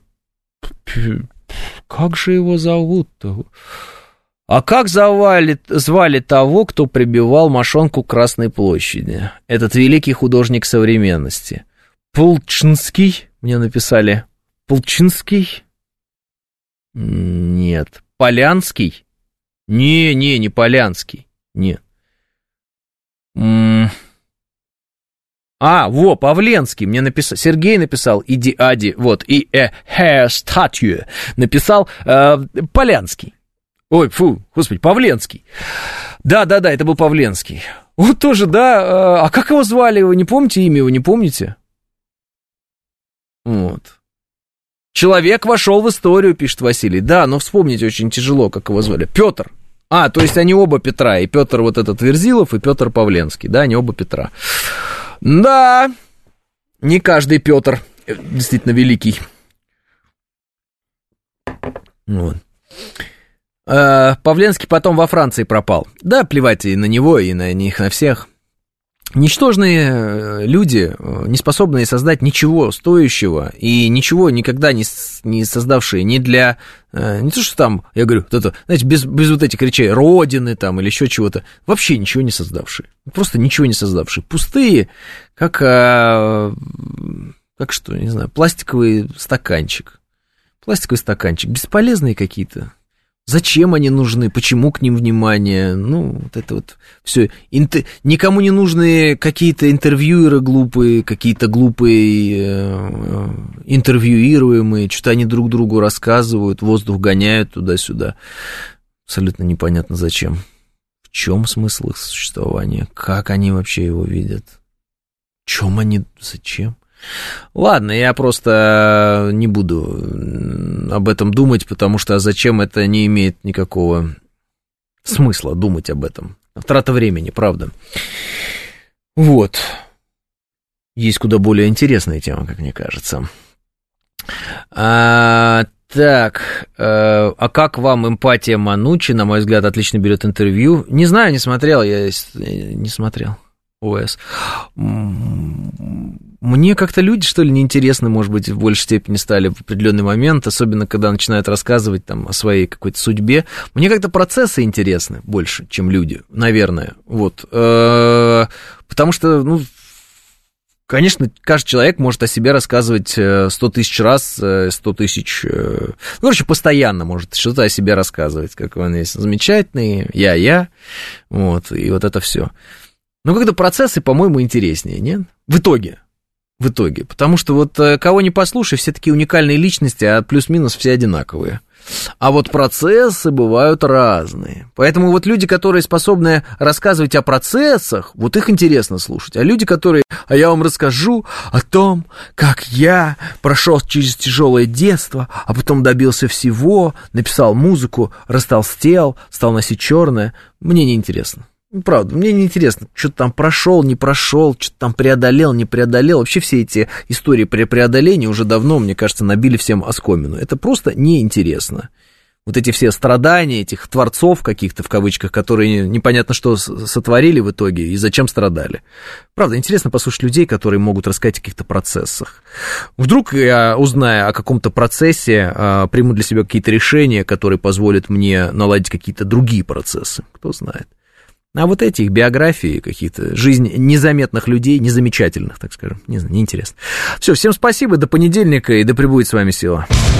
[SPEAKER 3] Как же его зовут-то? А как звали, звали того, кто прибивал мошонку к Красной площади? Этот великий художник современности. Полчинский, мне написали. Полчинский? Нет. Полянский? Не, не, не Полянский. Нет. М- А, во, Павленский мне написал. Сергей написал, иди, Ади, вот, и э, hair statue написал э, Полянский. Ой, фу, господи, Павленский. Да-да-да, это был Павленский. Вот тоже, да. Э, а как его звали? Вы не помните имя его, не помните? Вот. Человек вошел в историю, пишет Василий. Да, но вспомнить очень тяжело, как его звали. Петр. А, то есть они оба Петра. И Петр вот этот Верзилов, и Петр Павленский. Да, они оба Петра. Да, не каждый Петр действительно великий. Вот. А, Павленский потом во Франции пропал. Да, плевать и на него, и на них, на всех. Ничтожные люди, не способные создать ничего стоящего и ничего никогда не, не создавшие ни для... Не то, что там, я говорю, вот это, знаете, без, без вот этих речей родины там или еще чего-то, вообще ничего не создавшие. Просто ничего не создавшие. Пустые, как, как что, не знаю, пластиковый стаканчик. Пластиковый стаканчик. Бесполезные какие-то. Зачем они нужны, почему к ним внимание, ну, вот это вот все. Инт... Никому не нужны какие-то интервьюеры глупые, какие-то глупые э, интервьюируемые, что-то они друг другу рассказывают, воздух гоняют туда-сюда. Абсолютно непонятно зачем. В чем смысл их существования, как они вообще его видят, в чем они, зачем? Ладно, я просто не буду об этом думать, потому что зачем это не имеет никакого смысла думать об этом. Трата времени, правда. Вот. Есть куда более интересная тема, как мне кажется. А, так, а, а как вам эмпатия Манучи? На мой взгляд, отлично берет интервью. Не знаю, не смотрел, я не смотрел ОС. Мне как-то люди, что ли, неинтересны, может быть, в большей степени стали в определенный момент, особенно когда начинают рассказывать там о своей какой-то судьбе. Мне как-то процессы интересны больше, чем люди, наверное, вот. Потому что, ну, конечно, каждый человек может о себе рассказывать сто тысяч раз, сто тысяч... Ну, короче, постоянно может что-то о себе рассказывать, как он есть замечательный, я-я, вот, и вот это все. Но как-то процессы, по-моему, интереснее, нет? В итоге. В итоге. Потому что вот кого не послушай, все такие уникальные личности, а плюс-минус все одинаковые. А вот процессы бывают разные. Поэтому вот люди, которые способны рассказывать о процессах, вот их интересно слушать. А люди, которые, а я вам расскажу о том, как я прошел через тяжелое детство, а потом добился всего, написал музыку, растолстел, стал носить черное, мне не интересно. Правда, мне не интересно, что-то там прошел, не прошел, что-то там преодолел, не преодолел. Вообще все эти истории при преодолении уже давно, мне кажется, набили всем оскомину. Это просто неинтересно. Вот эти все страдания этих творцов каких-то, в кавычках, которые непонятно что сотворили в итоге и зачем страдали. Правда, интересно послушать людей, которые могут рассказать о каких-то процессах. Вдруг я, узная о каком-то процессе, приму для себя какие-то решения, которые позволят мне наладить какие-то другие процессы. Кто знает. А вот эти их биографии, какие-то жизнь незаметных людей, незамечательных, так скажем, не знаю, неинтересно. Все, всем спасибо, до понедельника, и да пребудет с вами сила.